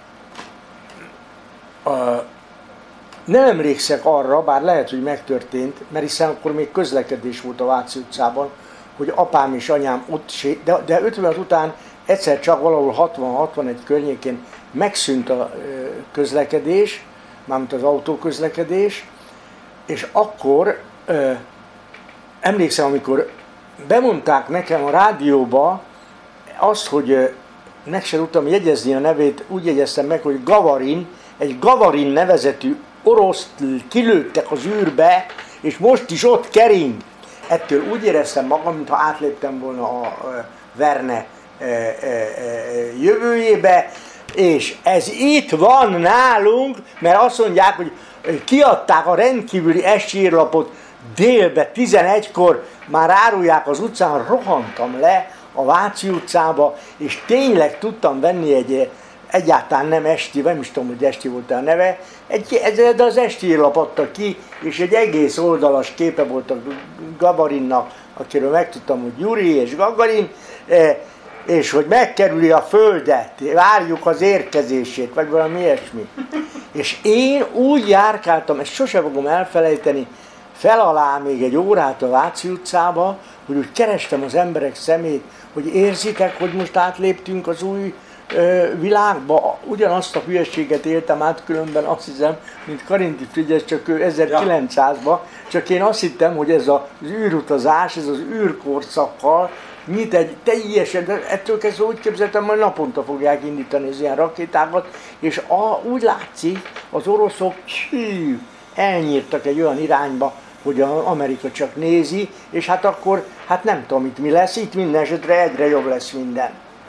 Speaker 2: uh, nem emlékszek arra, bár lehet, hogy megtörtént, mert hiszen akkor még közlekedés volt a Váci utcában, hogy apám és anyám ott, de, de ötvenhat után egyszer csak valahol hatvan-hatvanegy környékén megszűnt a közlekedés, mármint az autóközlekedés, és akkor ö, emlékszem, amikor bemondták nekem a rádióba azt, hogy ö, meg se tudtam jegyezni a nevét, úgy jegyeztem meg, hogy Gavarin, egy Gavarin nevezetű oroszt kilőttek az űrbe, és most is ott kering. Ettől úgy éreztem magam, mintha átléptem volna a ö, Verne ö, ö, ö, jövőjébe, és ez itt van nálunk, mert azt mondják, hogy kiadták a rendkívüli estírlapot délbe, tizenegykor, már árulják az utcán, rohantam le a Váci utcába, és tényleg tudtam venni egy, egyáltalán nem esti, nem is tudom, hogy esti volt a neve, egy, de az estírlap adta ki, és egy egész oldalas képe volt a Gavarinnak, akiről megtudtam, hogy Gyuri és Gagarin, és hogy megkerüli a földet, várjuk az érkezését, vagy valami ilyesmi. És én úgy járkáltam, ezt sose fogom elfelejteni, fel alá még egy órát a Váci utcába, hogy úgy kerestem az emberek szemét, hogy érzitek, hogy most átléptünk az új ö, világba. Ugyanazt a hülyeséget éltem át különben, azt hiszem, mint Karinti Frigyes, csak ő ezerkilencszázban, csak én azt hittem, hogy ez az űrutazás, ez az űrkorszakkal nyit egy teljesen, de ettől kezdve úgy képzeltem, hogy naponta fogják indítani az ilyen rakétákat, és a, úgy látszik, az oroszok hű, elnyírtak egy olyan irányba, hogy az Amerika csak nézi, és hát akkor, hát nem tudom itt mi lesz, itt minden esetre egyre jobb lesz minden.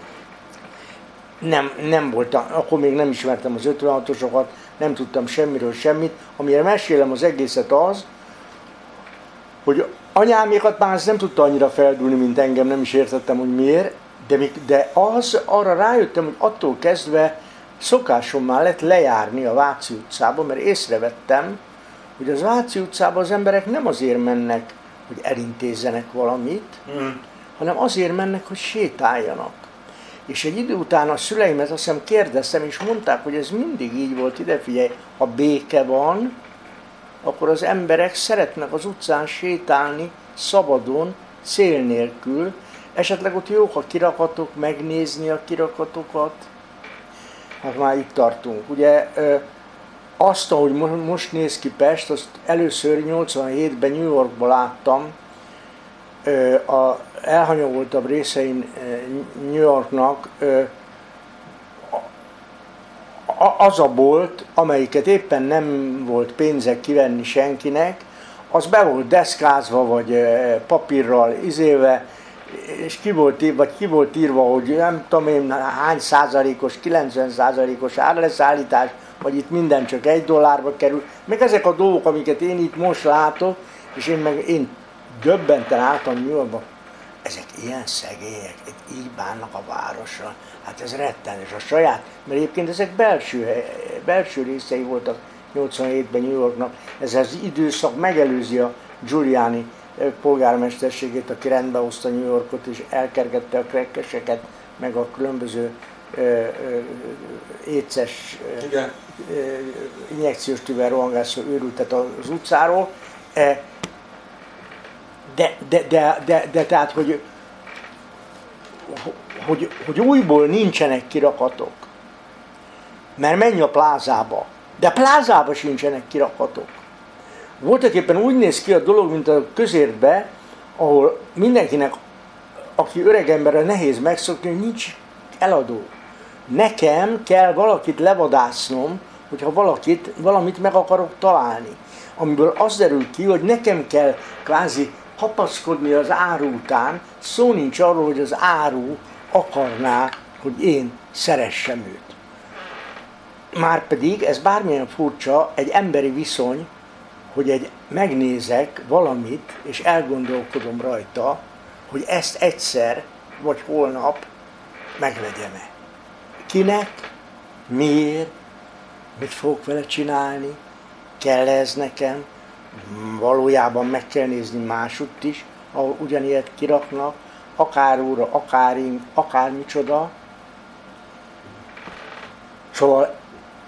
Speaker 2: Nem, nem voltam, akkor még nem ismertem az ötvenhatosokat, nem tudtam semmiről semmit. Amire mesélem az egészet az, hogy anyámékat már ezt nem tudta annyira feldúlni, mint engem, nem is értettem, hogy miért, de, de az, arra rájöttem, hogy attól kezdve szokásom már lett lejárni a Váci utcába, mert észrevettem, hogy az Váci utcába az emberek nem azért mennek, hogy elintézzenek valamit, mm. hanem azért mennek, hogy sétáljanak. És egy idő után a szüleimet azt hiszem kérdeztem, és mondták, hogy ez mindig így volt, ide figyelj, ha béke van, akkor az emberek szeretnek az utcán sétálni szabadon, cél nélkül, esetleg ott jók a kirakatok, megnézni a kirakatokat. Hát már itt tartunk. Ugye azt, ahogy most néz ki Pest, azt először nyolcvanhétben New Yorkban láttam, a elhanyagoltabb részein New Yorknak az a bolt, amelyiket éppen nem volt pénzek kivenni senkinek, az be volt deszkázva, vagy papírral izélve, és ki volt, vagy ki volt írva, hogy nem tudom én hány százalékos, kilencven százalékos árleszállítás, vagy itt minden csak egy dollárba kerül. Meg ezek a dolgok, amiket én itt most látok, és én meg én döbbenten álltam New Yorkba, ezek ilyen szegények, így bánnak a városra. Hát ez rettenetes a saját, mert egyébként ezek belső, belső részei voltak nyolcvanhétben New Yorknak. Ez az időszak megelőzi a Giuliani polgármesterségét, aki rendbe hozta New Yorkot, és elkergette a krekkeseket, meg a különböző ö, ö, éces, ö, injekciós tűvel rohangászó őrültet az utcáról. De, de, de, de, de tehát, hogy, hogy, hogy újból nincsenek kirakatok, mert menj a plázába, de plázába sincsenek kirakatok. Voltak éppen úgy néz ki a dolog, mint a közértbe, ahol mindenkinek, aki öreg emberrel nehéz megszokni, hogy nincs eladó. Nekem kell valakit levadásznom, hogyha valakit, valamit meg akarok találni. Amiből az derül ki, hogy nekem kell kvázi kapaszkodni az áru után, szó nincs arról, hogy az áru akarná, hogy én szeressem őt. Márpedig ez bármilyen furcsa, egy emberi viszony, hogy egy, megnézek valamit, és elgondolkodom rajta, hogy ezt egyszer, vagy holnap megvegyem-e. Kinek, miért, mit fogok vele csinálni, kell ez nekem, valójában meg kell nézni másutt is, ahol ugyanilyet kiraknak, akár óra, akár ing, akár micsoda. Szóval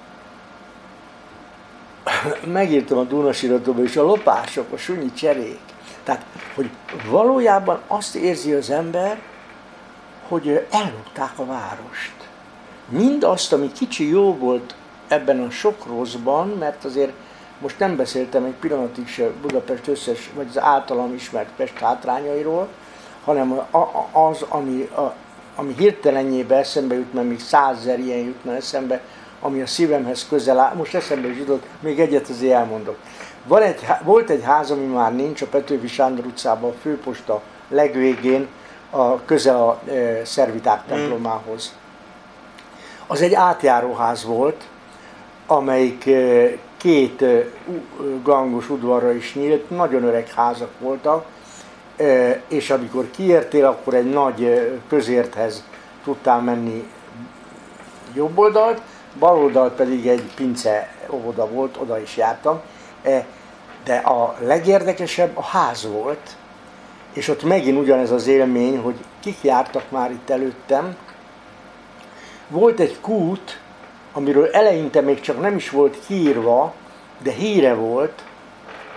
Speaker 2: megírtam a Dúnasiratóban is, a lopások, a sunyi cserék. Tehát, hogy valójában azt érzi az ember, hogy ellopták a várost. Mindazt, ami kicsi jó volt ebben a sok rosszban, mert azért most nem beszéltem egy pillanatig se Budapest összes, vagy az általam ismert Pest hátrányairól, hanem az, ami, a, ami hirtelenjébe eszembe jut, mert még százezer ilyen jutna eszembe, ami a szívemhez közel áll. Most eszembe is jutott, még egyet azért elmondok. Van egy, volt egy ház, ami már nincs, a Petőfi Sándor utcában, a főposta legvégén, a közel a e, szerviták templomához. Az egy átjáróház volt, amelyik e, két e, gangos udvarra is nyílt, nagyon öreg házak voltak, e, és amikor kiértél, akkor egy nagy e, közérthez tudtál menni jobb oldalt, bal oldalt pedig egy pince óvoda volt, oda is jártam, e, de a legérdekesebb a ház volt, és ott megint ugyanez az élmény, hogy kik jártak már itt előttem. Volt egy kút, amiről eleinte még csak nem is volt kiírva, de híre volt,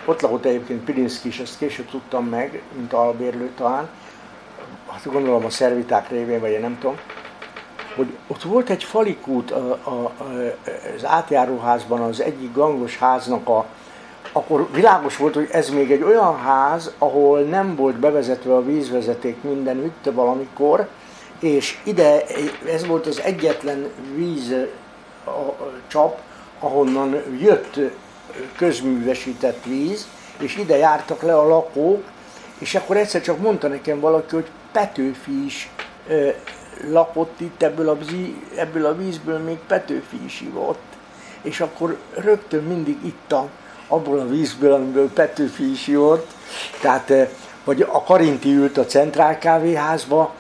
Speaker 2: ott lakott egyébként Pilinszky is, ezt később tudtam meg, mint albérlő talán, hát gondolom a szerviták révén, vagy én nem tudom, hogy ott volt egy falikút a, a, az átjáróházban, az egyik gangos háznak a, akkor világos volt, hogy ez még egy olyan ház, ahol nem volt bevezetve a vízvezeték mindenütt valamikor, és ide, ez volt az egyetlen vízcsap, ahonnan jött közművesített víz, és ide jártak le a lakók, és akkor egyszer csak mondta nekem valaki, hogy Petőfi is ö, lakott itt, ebből a, ebből a vízből még Petőfi is ivott. És akkor rögtön mindig ittam abból a vízből, amiből Petőfi is ivott. Tehát, vagy a Karinti ült a Centrál kávéházba,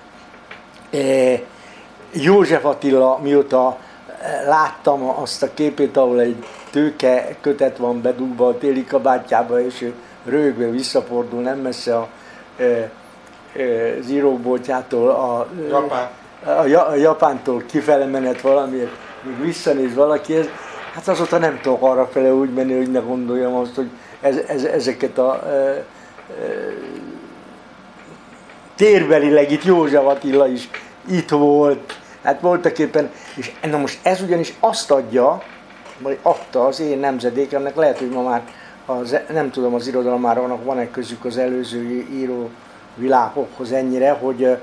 Speaker 2: József Attila, mióta láttam azt a képét, ahol egy tőke kötet van bedugva a téli kabátjába, és ő röhögve visszafordul nem messze a, az íróboltjától, a,
Speaker 1: Japán.
Speaker 2: a, a Japántól kifele menet valamiért, még visszanéz valakihez, hát azóta nem tudok arra fele úgy menni, hogy ne gondoljam azt, hogy ez, ez, ezeket a e, e, térbelileg itt József Attila is itt volt, hát voltak éppen, és na most ez ugyanis azt adja, vagy adta az én nemzedékemnek, lehet, hogy ma már az, nem tudom, az irodalmának van-e közük az előző író világokhoz ennyire, hogy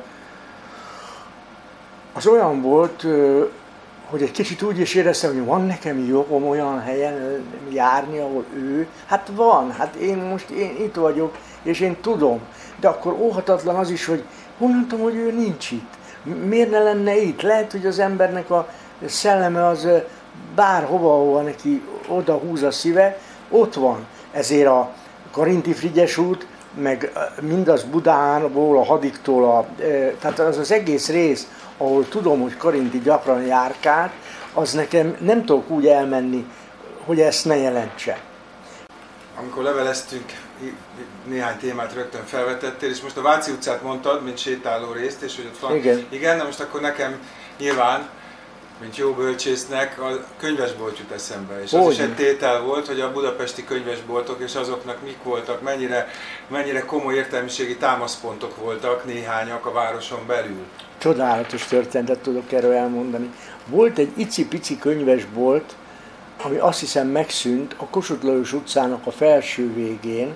Speaker 2: az olyan volt, hogy egy kicsit úgy is éreztem, hogy van nekem jogom olyan helyen járni, ahol ő, hát van, hát én most én itt vagyok, és én tudom, de akkor óhatatlan az is, hogy honnan tudom, hogy ő nincs itt. Miért ne lenne itt? Lehet, hogy az embernek a szelleme az bárhova, ahova neki oda húz a szíve, ott van. Ezért a Karinti Frigyes út, meg mindaz Budánból, a Hadiktól, a, tehát az az egész rész, ahol tudom, hogy Karinti gyakran járkált, az nekem nem tudok úgy elmenni, hogy ezt ne jelentse.
Speaker 1: Amikor leveleztünk, néhány témát rögtön felvetettél, és most a Váci utcát mondtad, mint sétáló részt, és hogy ott van.
Speaker 2: Igen.
Speaker 1: Igen, na most akkor nekem nyilván, mint jó bölcsésznek, a könyvesbolt jut eszembe. És az
Speaker 2: Hogy?
Speaker 1: is egy tétel volt, hogy a budapesti könyvesboltok és azoknak mik voltak, mennyire, mennyire komoly értelmiségi támaszpontok voltak, néhányak a városon belül.
Speaker 2: Csodálatos történetet tudok erről elmondani. Volt egy icipici könyvesbolt, ami azt hiszem megszűnt a Kossuth Lajos utcának a felső végén,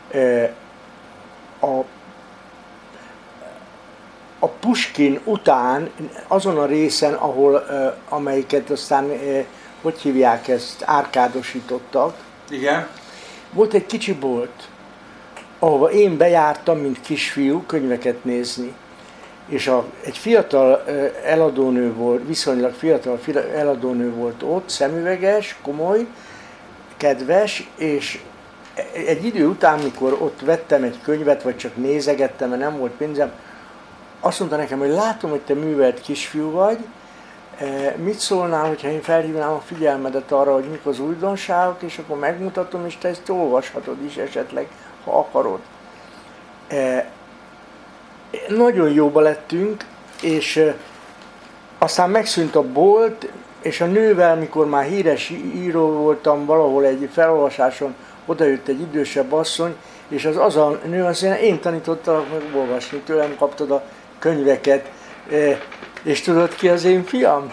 Speaker 2: a, a Puskin után, azon a részen, ahol, amelyiket aztán, hogy hívják ezt, árkádosítottak.
Speaker 1: Igen.
Speaker 2: Volt egy kicsi bolt, ahova én bejártam, mint kisfiú, könyveket nézni. És a, egy fiatal eladónő volt, viszonylag fiatal eladónő volt ott, szemüveges, komoly, kedves, és egy idő után, mikor ott vettem egy könyvet, vagy csak nézegettem, mert nem volt pénzem, azt mondta nekem, hogy látom, hogy te művelt kisfiú vagy, mit szólnál, hogyha én felhívnám a figyelmedet arra, hogy mik az újdonságok, és akkor megmutatom, és te ezt olvashatod is esetleg, ha akarod. Nagyon jóba lettünk, és aztán megszűnt a bolt, és a nővel, mikor már híres író voltam valahol egy felolvasáson, odajött egy idősebb asszony, és az az a nő azt mondja, én tanítottalak meg olvasni, tőlem kaptad a könyveket, és tudod ki az én fiam?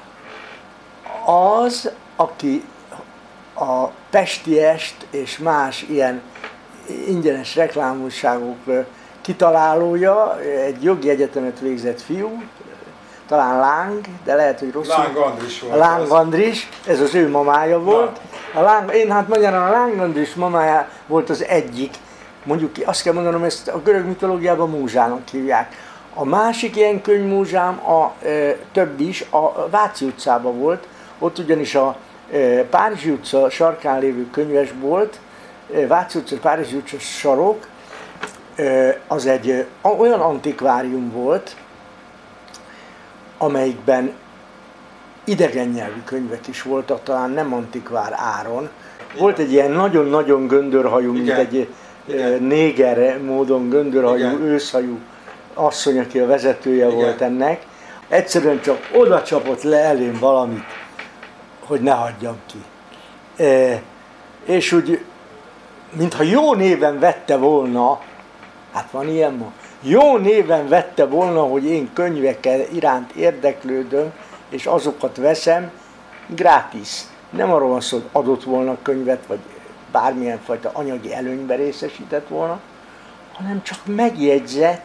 Speaker 2: Az, aki a Pestiest és más ilyen ingyenes reklámosságok kitalálója, egy jogi egyetemet végzett fiú, talán Láng, de lehet, hogy rosszul.
Speaker 1: Láng Andris volt.
Speaker 2: A Láng Andris, ez az ő mamája volt. A Láng, én hát magyarán a Láng Andris mamája volt az egyik, mondjuk azt kell mondanom, ezt a görög mitológiában múzsának hívják. A másik ilyen könyvmúzsám, a e, több is, a Váci utcában volt, ott ugyanis a e, Párizsi utca sarkán lévő könyvesbolt, e, Váci utca, Párizsi utca sarok, e, az egy e, olyan antikvárium volt, amelyikben idegen nyelvű könyvek is voltak, talán nem antikvár áron. Volt egy ilyen nagyon-nagyon göndörhajú, mint
Speaker 1: Igen.
Speaker 2: egy
Speaker 1: Igen.
Speaker 2: néger módon göndörhajú,
Speaker 1: Igen.
Speaker 2: őszhajú asszony, aki a vezetője
Speaker 1: Igen.
Speaker 2: volt ennek. Egyszerűen csak oda csapott le elém valamit, hogy ne hagyjam ki. E, és úgy mintha jó néven vette volna, hát van ilyen ma, jó néven vette volna, hogy én könyvekkel iránt érdeklődöm, és azokat veszem gratis. Nem arról van szó, hogy adott volna könyvet, vagy bármilyen fajta anyagi előnybe részesített volna, hanem csak megjegyzett,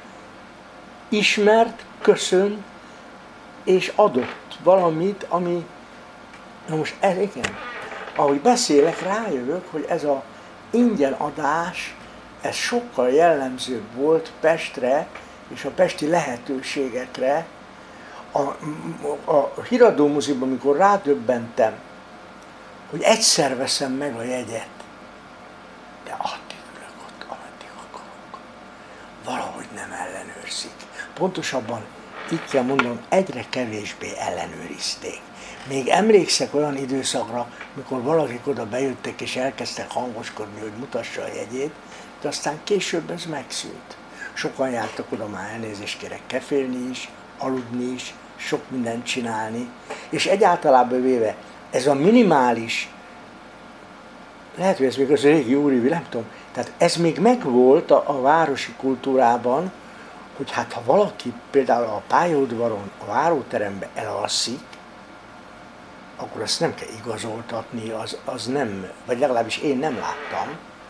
Speaker 2: ismert, köszönt, és adott valamit, ami, na most ez igen, ahogy beszélek, rájövök, hogy ez a ingyen adás, ez sokkal jellemzőbb volt Pestre és a pesti lehetőségekre. A, a Híradó Múzeumban, amikor rádöbbentem, hogy egyszer veszem meg a jegyet, de addig ülök ott, ameddig akarok. Valahogy nem ellenőrzik. Pontosabban, így kell mondanom, egyre kevésbé ellenőrizték. Még emlékszek olyan időszakra, mikor valakik oda bejöttek és elkezdtek hangoskodni, hogy mutassa a jegyét, de aztán később ez megszűnt. Sokan jártak oda, már elnézést kérek, kefélni is, aludni is, sok mindent csinálni, és egyáltalában véve ez a minimális, lehet, hogy ez még az régi úrivi, nem tudom, tehát ez még megvolt a, a városi kultúrában, hogy hát ha valaki például a pályaudvaron, a váróteremben elalszik, akkor azt nem kell igazoltatni, az, az nem, vagy legalábbis én nem láttam.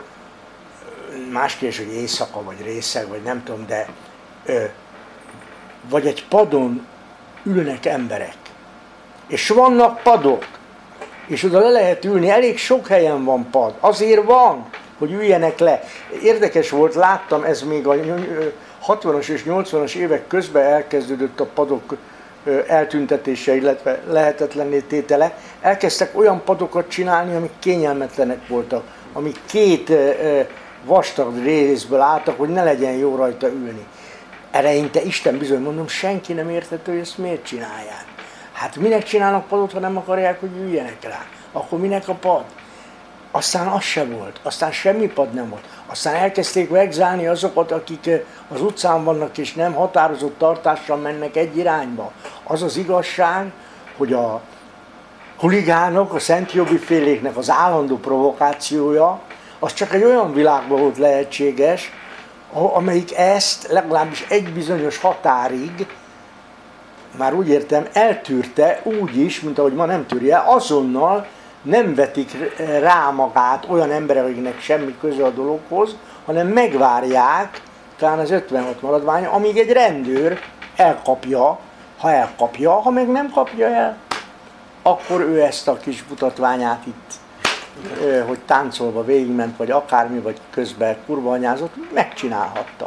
Speaker 2: Más kérdés, hogy éjszaka, vagy részeg, vagy nem tudom, de ö, vagy egy padon ülnek emberek, és vannak padok, és oda le lehet ülni, elég sok helyen van pad, azért van, hogy üljenek le. Érdekes volt, láttam, ez még a hatvanas és nyolcvanas évek közben elkezdődött a padok eltüntetése, illetve lehetetlenné tétele. Elkezdtek olyan padokat csinálni, amik kényelmetlenek voltak, amik két vastag részből álltak, hogy ne legyen jó rajta ülni. Eleinte Isten bizony, mondom, senki nem értette, hogy ezt miért csinálják. Hát minek csinálnak padot, ha nem akarják, hogy üljenek rá? Akkor minek a pad? Aztán az se volt, aztán semmi pad nem volt. Aztán elkezdték vegzálni azokat, akik az utcán vannak és nem határozott tartással mennek egy irányba. Az az igazság, hogy a huligánok, a szentjogi féléknek az állandó provokációja, az csak egy olyan világban volt lehetséges, amelyik ezt legalábbis egy bizonyos határig, már úgy értem, eltűrte úgy is, mint ahogy ma nem tűrje, azonnal nem vetik rá magát olyan emberek, akiknek semmi köze a dologhoz, hanem megvárják, talán az ötvenhat maradvány, amíg egy rendőr elkapja, ha elkapja, ha meg nem kapja el, akkor ő ezt a kis mutatványát itt, hogy táncolva végigment, vagy akármi, vagy közben kurvanyázott, megcsinálhatta.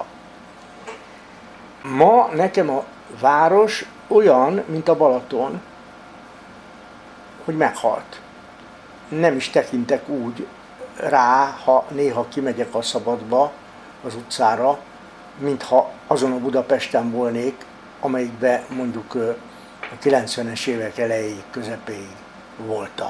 Speaker 2: Ma nekem a város olyan, mint a Balaton, hogy meghalt. Nem is tekintek úgy rá, ha néha kimegyek a szabadba, az utcára, mintha azon a Budapesten volnék, amelyikben mondjuk a kilencvenes évek elejéig, közepéig voltam.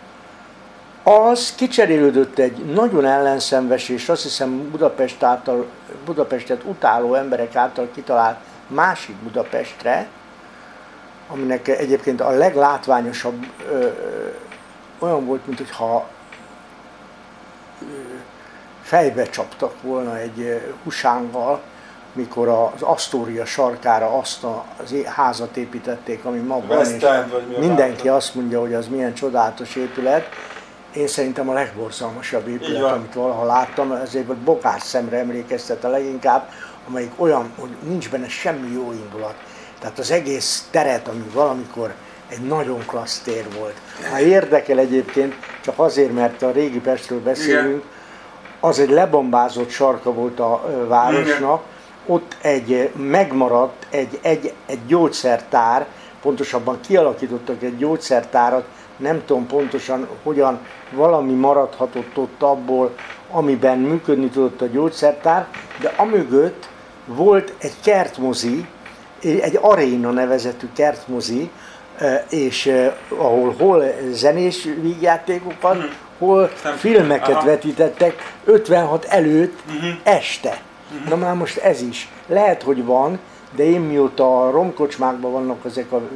Speaker 2: Az kicserélődött egy nagyon ellenszenves, és azt hiszem Budapest által, Budapestet utáló emberek által kitalált másik Budapestre, aminek egyébként a leglátványosabb ö, olyan volt, mintha fejbe csaptak volna egy husánggal, mikor az Asztória sarkára azt az házat építették, ami ma van, és mindenki azt mondja, hogy az milyen csodálatos épület. Én szerintem a legborzalmasabb épület, amit valaha láttam, ezért bokás szemre emlékeztet a leginkább, amelyik olyan, hogy nincs benne semmi jó indulat. Tehát az egész teret, ami valamikor egy nagyon klassz tér volt. Ha érdekel egyébként, csak azért, mert a régi Pestről beszélünk, az egy lebombázott sarka volt a városnak, ott egy megmaradt egy, egy, egy gyógyszertár, pontosabban kialakítottak egy gyógyszertárat, nem tudom pontosan, hogyan valami maradhatott ott abból, amiben működni tudott a gyógyszertár, de amögött volt egy kertmozi, egy aréna nevezetű kertmozi, és ahol hol zenés vígjátékokat, hmm. hol Nem filmeket Aha. vetítettek ötvenhat előtt uh-huh. este. Uh-huh. Na már most ez is. Lehet, hogy van, de én mióta a romkocsmákban vannak ezek a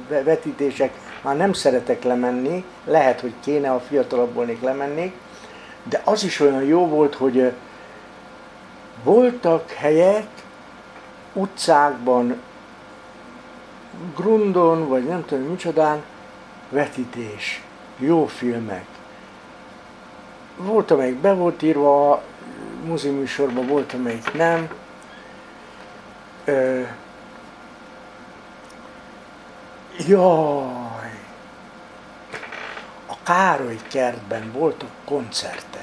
Speaker 2: vetítések, már nem szeretek lemenni, lehet, hogy kéne, a fiatalabb volnék lemennék, de az is olyan jó volt, hogy voltak helyek, utcákban, Grundon, vagy nem tudom micsodán, vetítés, jó filmek. Volt, amelyik be volt írva a moziműsorban, volt, amelyik nem. Ö, jaj! A Károly kertben voltak koncertek.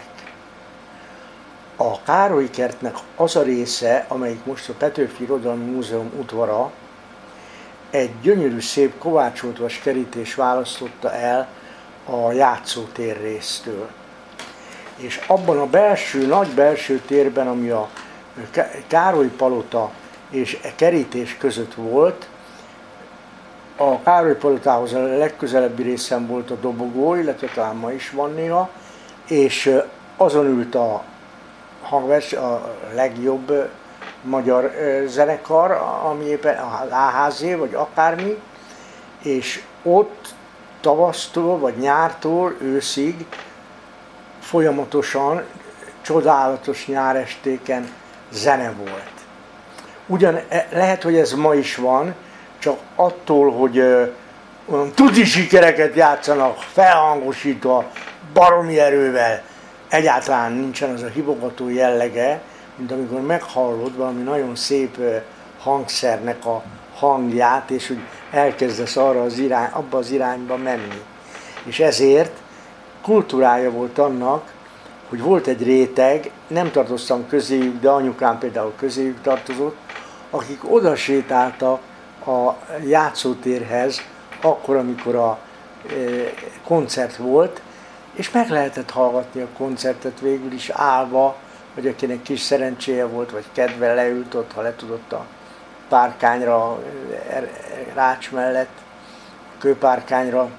Speaker 2: A Károly kertnek az a része, amelyik most a Petőfi Irodalmi Múzeum udvara, egy gyönyörű szép kovácsoltvas kerítés választotta el a játszótér résztől. És abban a belső, nagy belső térben, ami a Károly palota és a kerítés között volt, a Károly palotához a legközelebbi részen volt a dobogó, illetve talán ma is van néha, és azon ült a hangvers, a legjobb magyar zenekar, ami éppen az á há zé, vagy akármi, és ott tavasztól, vagy nyártól őszig folyamatosan, csodálatos nyárestéken zene volt. Ugyan lehet, hogy ez ma is van, csak attól, hogy olyan tuti sikereket játszanak, felhangosítva, baromi erővel, egyáltalán nincsen az a hibogató jellege, mint amikor meghallod valami nagyon szép hangszernek a hangját, és hogy elkezdesz arra az irány, abba az irányba menni. És ezért kultúrája volt annak, hogy volt egy réteg, nem tartoztam közéjük, de anyukám például közéjük tartozott, akik oda sétáltak a játszótérhez, akkor, amikor a koncert volt, és meg lehetett hallgatni a koncertet végül is állva, vagy akinek kis szerencséje volt, vagy kedve leült ott, ha le tudott a párkányra, rács mellett, a kőpárkányra.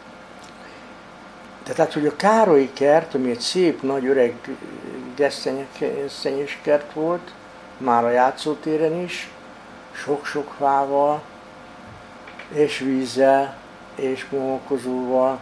Speaker 2: De tehát, hogy a Károly kert, ami egy szép, nagy, öreg gesztenyes kert volt, már a játszótéren is, sok-sok fával, és vízzel, és mohókozóval.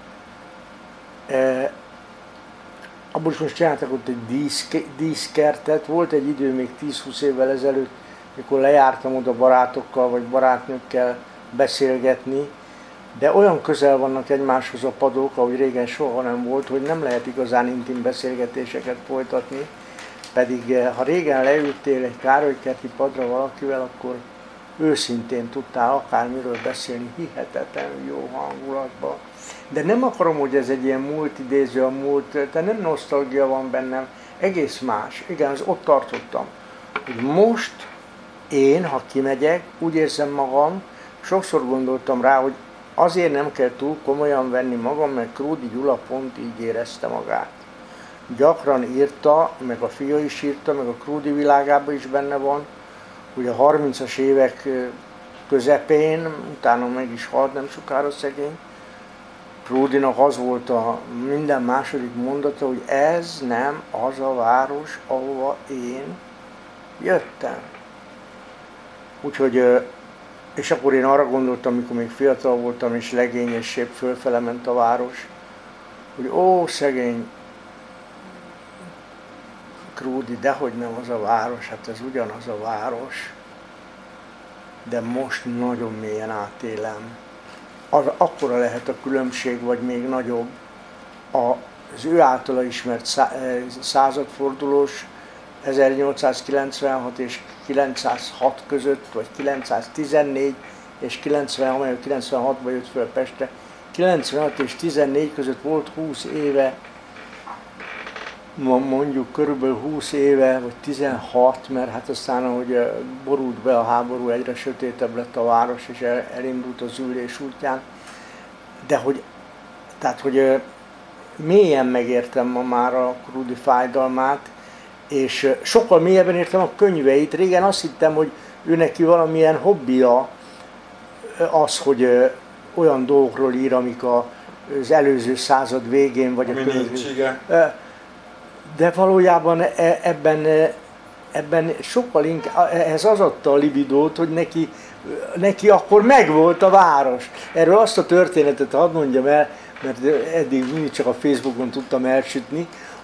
Speaker 2: E, abból is most csináltak ott egy dísz, díszkertet, volt egy idő még tíz-húsz évvel ezelőtt, mikor lejártam oda barátokkal, vagy barátnőkkel beszélgetni, de olyan közel vannak egymáshoz a padok, ahogy régen soha nem volt, hogy nem lehet igazán intim beszélgetéseket folytatni, pedig ha régen leültél egy Károly-kerti padra valakivel, akkor őszintén tudtál akármiről beszélni, hihetetlenül jó hangulatban. De nem akarom, hogy ez egy ilyen múlt idéző a múlt, de nem nosztalgia van bennem, egész más. Igen, az ott tartottam, hogy most én, ha kimegyek, úgy érzem magam, sokszor gondoltam rá, hogy azért nem kell túl komolyan venni magam, mert Krúdy Gyula pont így érezte magát. Gyakran írta, meg a fia is írta, meg a Krúdy világában is benne van, hogy a harmincas évek közepén, utána meg is halt nem sokára szegény, Krúdynak az volt a minden második mondata, hogy ez nem az a város, ahova én jöttem. Úgyhogy, és akkor én arra gondoltam, amikor még fiatal voltam, és legény és szép fölfele ment a város, hogy ó, szegény Krúdy, dehogy nem az a város, hát ez ugyanaz a város, de most nagyon mélyen átélem. Az, akkora lehet a különbség, vagy még nagyobb az ő általa ismert századfordulós ezernyolcszázkilencvenhat és kilencszázhat között, vagy kilencszáztizennégy és kilencven, amely kilencvenhatban jött föl Pestre, kilencvenhat és tizennégy között volt húsz éve, mondjuk körülbelül húsz éve, vagy tizenhat, mert hát aztán, ahogy borult be a háború, egyre sötétebb lett a város, és elindult az ülés útján. De hogy, tehát, hogy mélyen megértem ma már a Krúdy fájdalmát, és sokkal mélyebben értem a könyveit. Régen azt hittem, hogy ő neki valamilyen hobbija az, hogy olyan dolgokról ír, amik az előző század végén, vagy a, a
Speaker 1: következő.
Speaker 2: De valójában ebben, ebben sokkal inkább, ehhez az adta a libidót, hogy neki, neki akkor megvolt a város. Erről azt a történetet hadd mondjam el, mert eddig mindig csak a Facebookon tudtam elsütni,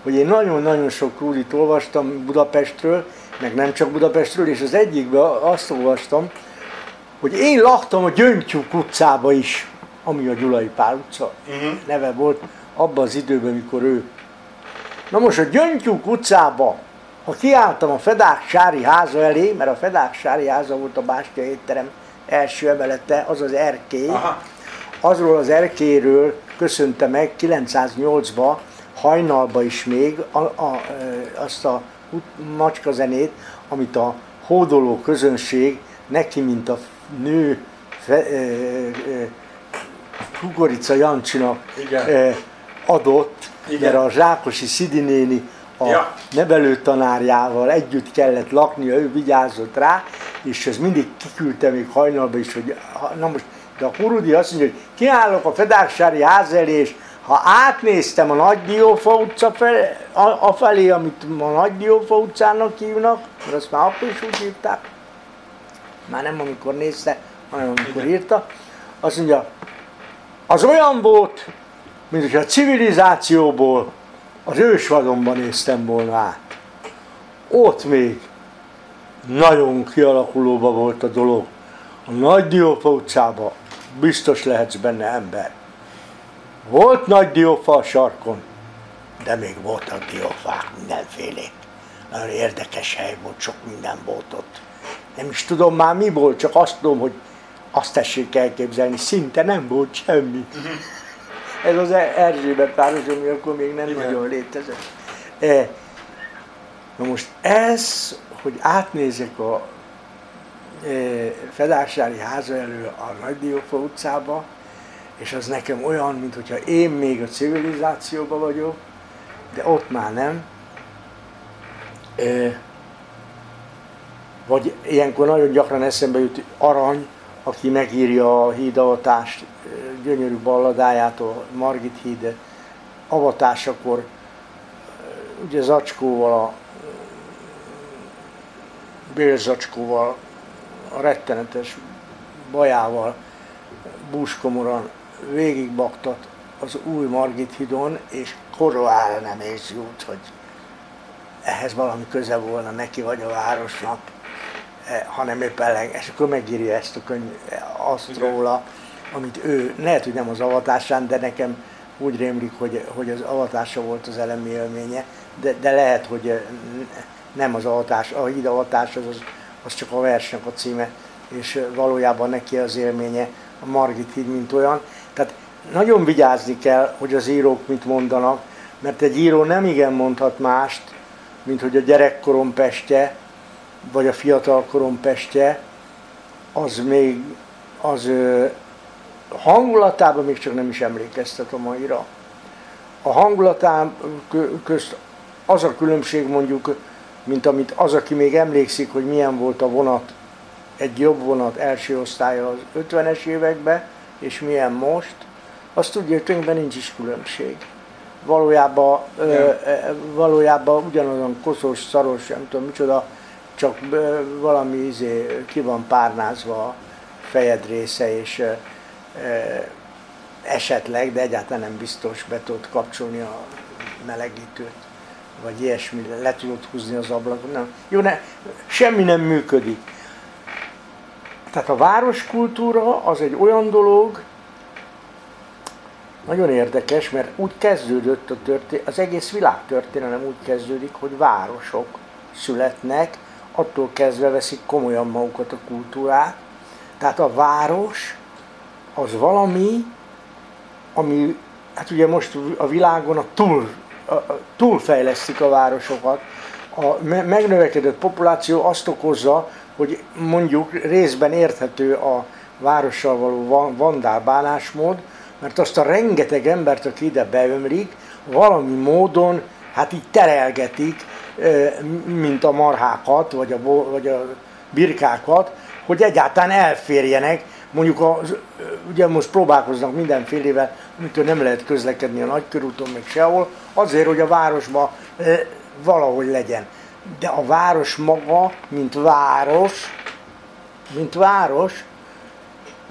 Speaker 2: hogy én nagyon-nagyon sok krúdit olvastam Budapestről, meg nem csak Budapestről, és az egyikben azt olvastam, hogy én laktam a Gyöngytyúk utcába is, ami a Gyulai Pál utca uh-huh. neve volt, abban az időben, mikor ő. Na most a Gyöngytyúk utcába, ha kiálltam a Fedák-Sári háza elé, mert a Fedák-Sári háza volt a Bástya étterem első emelete, az az erkély, aha. azról az erkélyről köszönte meg kilencszáznyolcban, hajnalba is még a, a, azt a macskazenét, amit a hódoló közönség neki, mint a nő fe, e, e, Kukorica Jancsinak e, adott, igen. mert a Zsákosi Szidi néni a ja. nevelőtanárjával együtt kellett laknia, ő vigyázott rá, és ez mindig kiküldte még hajnalba is, hogy na most, de a Hurudi azt mondja, hogy kiállok a Fedák-Sári ház elé, és ha átnéztem a Nagy Diófa utca felé, a felé, amit a Nagy Diófa utcának hívnak, mert azt már akkor is úgy hívták, már nem amikor nézte, hanem amikor írta, azt mondja, az olyan volt, mint hogy a civilizációból az ősvadonban néztem volna át. Ott még nagyon kialakulóban volt a dolog. A Nagy Diófa utcában biztos lehetsz benne ember. Volt nagy diófa a sarkon, de még voltak diófák mindenfélék. Nagyon érdekes hely volt, sok minden volt ott. Nem is tudom már mi volt, csak azt tudom, hogy azt tessék elképzelni, szinte nem volt semmi. Ez az Erzsébet város, ami akkor még nem igen. nagyon létezett. Na most ez, hogy átnézek a Fedák-Sári háza elő a Nagy Diófa utcába, és az nekem olyan, mintha én még a civilizációban vagyok, de ott már nem. Vagy ilyenkor nagyon gyakran eszembe jut Arany, aki megírja a hídavatás gyönyörű balladáját, a Margit híd avatásakor, ugye Zacskóval, a Bélzacskóval, a rettenetes bajával búskomoran végigbaktat az új Margit hídon, és korollára nem érz jut, hogy ehhez valami köze volna neki vagy a városnak, hanem épp ellen, és akkor megírja ezt a könyv, azt róla, amit ő, lehet, hogy nem az avatásán, de nekem úgy rémlik, hogy, hogy az avatása volt az elemi élménye, de, de lehet, hogy nem az avatás, a híd avatás az, az, az csak a versnek a címe, és valójában neki az élménye a Margit híd, mint olyan. Tehát nagyon vigyázni kell, hogy az írók mit mondanak, mert egy író nem igen mondhat mást, mint hogy a gyerekkorom Pestje, vagy a fiatalkorom Pestje, az még az ö, hangulatában még csak nem is emlékeztet a maira. A hangulatán közt az a különbség mondjuk, mint amit az, aki még emlékszik, hogy milyen volt a vonat, egy jobb vonat első osztálya az ötvenes években, és milyen most, azt tudja, hogy tulajdonképpen nincs is különbség. Valójában, ö, valójában ugyanazon koszos, szaros, nem tudom micsoda, csak valami izé, ki van párnázva a fejed része, és ö, ö, esetleg, de egyáltalán nem biztos, be tudod kapcsolni a melegítőt, vagy ilyesmi, le tudod húzni az ablakot. Nem. Jó, ne, semmi nem működik. Tehát a városkultúra az egy olyan dolog, nagyon érdekes, mert úgy kezdődött a történet, az egész világtörténelem úgy kezdődik, hogy városok születnek, attól kezdve veszik komolyan magukat a kultúrát. Tehát a város az valami, ami, hát ugye most a világon a túl, a, a, túlfejlesztik a városokat. A me, megnövekedett populáció azt okozza, hogy mondjuk részben érthető a várossal való vandál bánásmód, mert azt a rengeteg embert, aki ide beömlik, valami módon hát így terelgetik, mint a marhákat, vagy a, vagy a birkákat, hogy egyáltalán elférjenek. Mondjuk az, ugye most próbálkoznak mindenfélével, amitől nem lehet közlekedni a Nagykörúton, meg sehol, azért, hogy a városban valahogy legyen. De a város maga, mint város, mint város,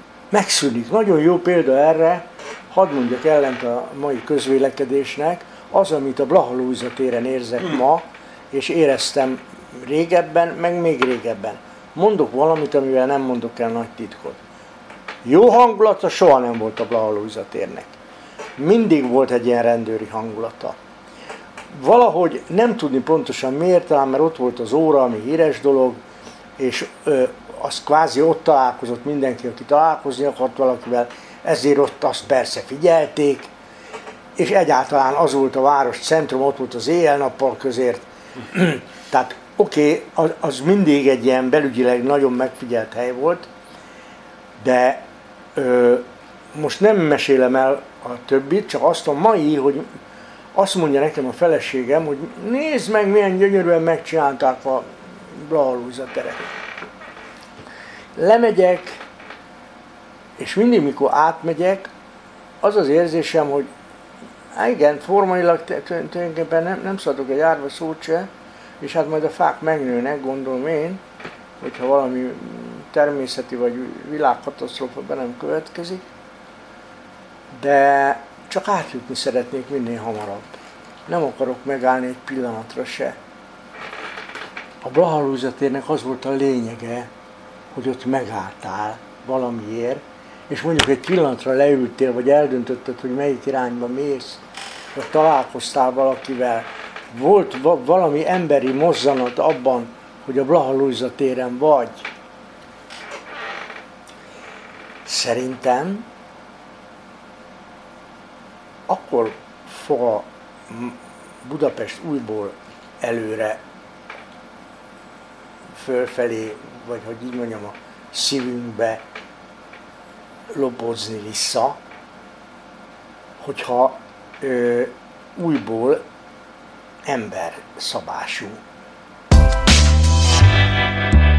Speaker 2: megszűnik. Nagyon jó példa erre, hadd mondjak ellent a mai közvélekedésnek, az, amit a Blaha Lujza téren érzek ma, és éreztem régebben, meg még régebben. Mondok valamit, amivel nem mondok el nagy titkot. Jó hangulata soha nem volt a Blaha Lujza térnek. Mindig volt egy ilyen rendőri hangulata. Valahogy nem tudni pontosan miért, talán mert ott volt az óra, ami híres dolog, és ö, az kvázi ott találkozott mindenki, aki találkozni akart valakivel, ezért ott azt persze figyelték, és egyáltalán az volt a város centrum, ott volt az éjjel-nappal közért. Tehát oké, okay, az, az mindig egy ilyen belügyileg nagyon megfigyelt hely volt, de ö, most nem mesélem el a többit, csak azt a mai, hogy azt mondja nekem a feleségem, hogy nézd meg, milyen gyönyörűen megcsinálták a Blaha Lujza teret. Lemegyek, és mindig, mikor átmegyek, az az érzésem, hogy igen, formailag tulajdonképpen nem, nem szadok egy árva szót se, és hát majd a fák megnőnek, gondolom én, hogyha valami természeti vagy világkatasztrófa be nem következik, de csak átjutni szeretnék minél hamarabb. Nem akarok megállni egy pillanatra se. A Blaha Lujza térnek az volt a lényege, hogy ott megálltál valamiért, és mondjuk egy pillanatra leültél, vagy eldöntötted, hogy melyik irányba mész, vagy találkoztál valakivel. Volt valami emberi mozzanat abban, hogy a Blaha Lujza téren vagy. Szerintem akkor fog a Budapest újból előre fölfelé, vagy hogy így mondjam, a szívünkbe lopódzni vissza, hogyha ö, újból ember szabású.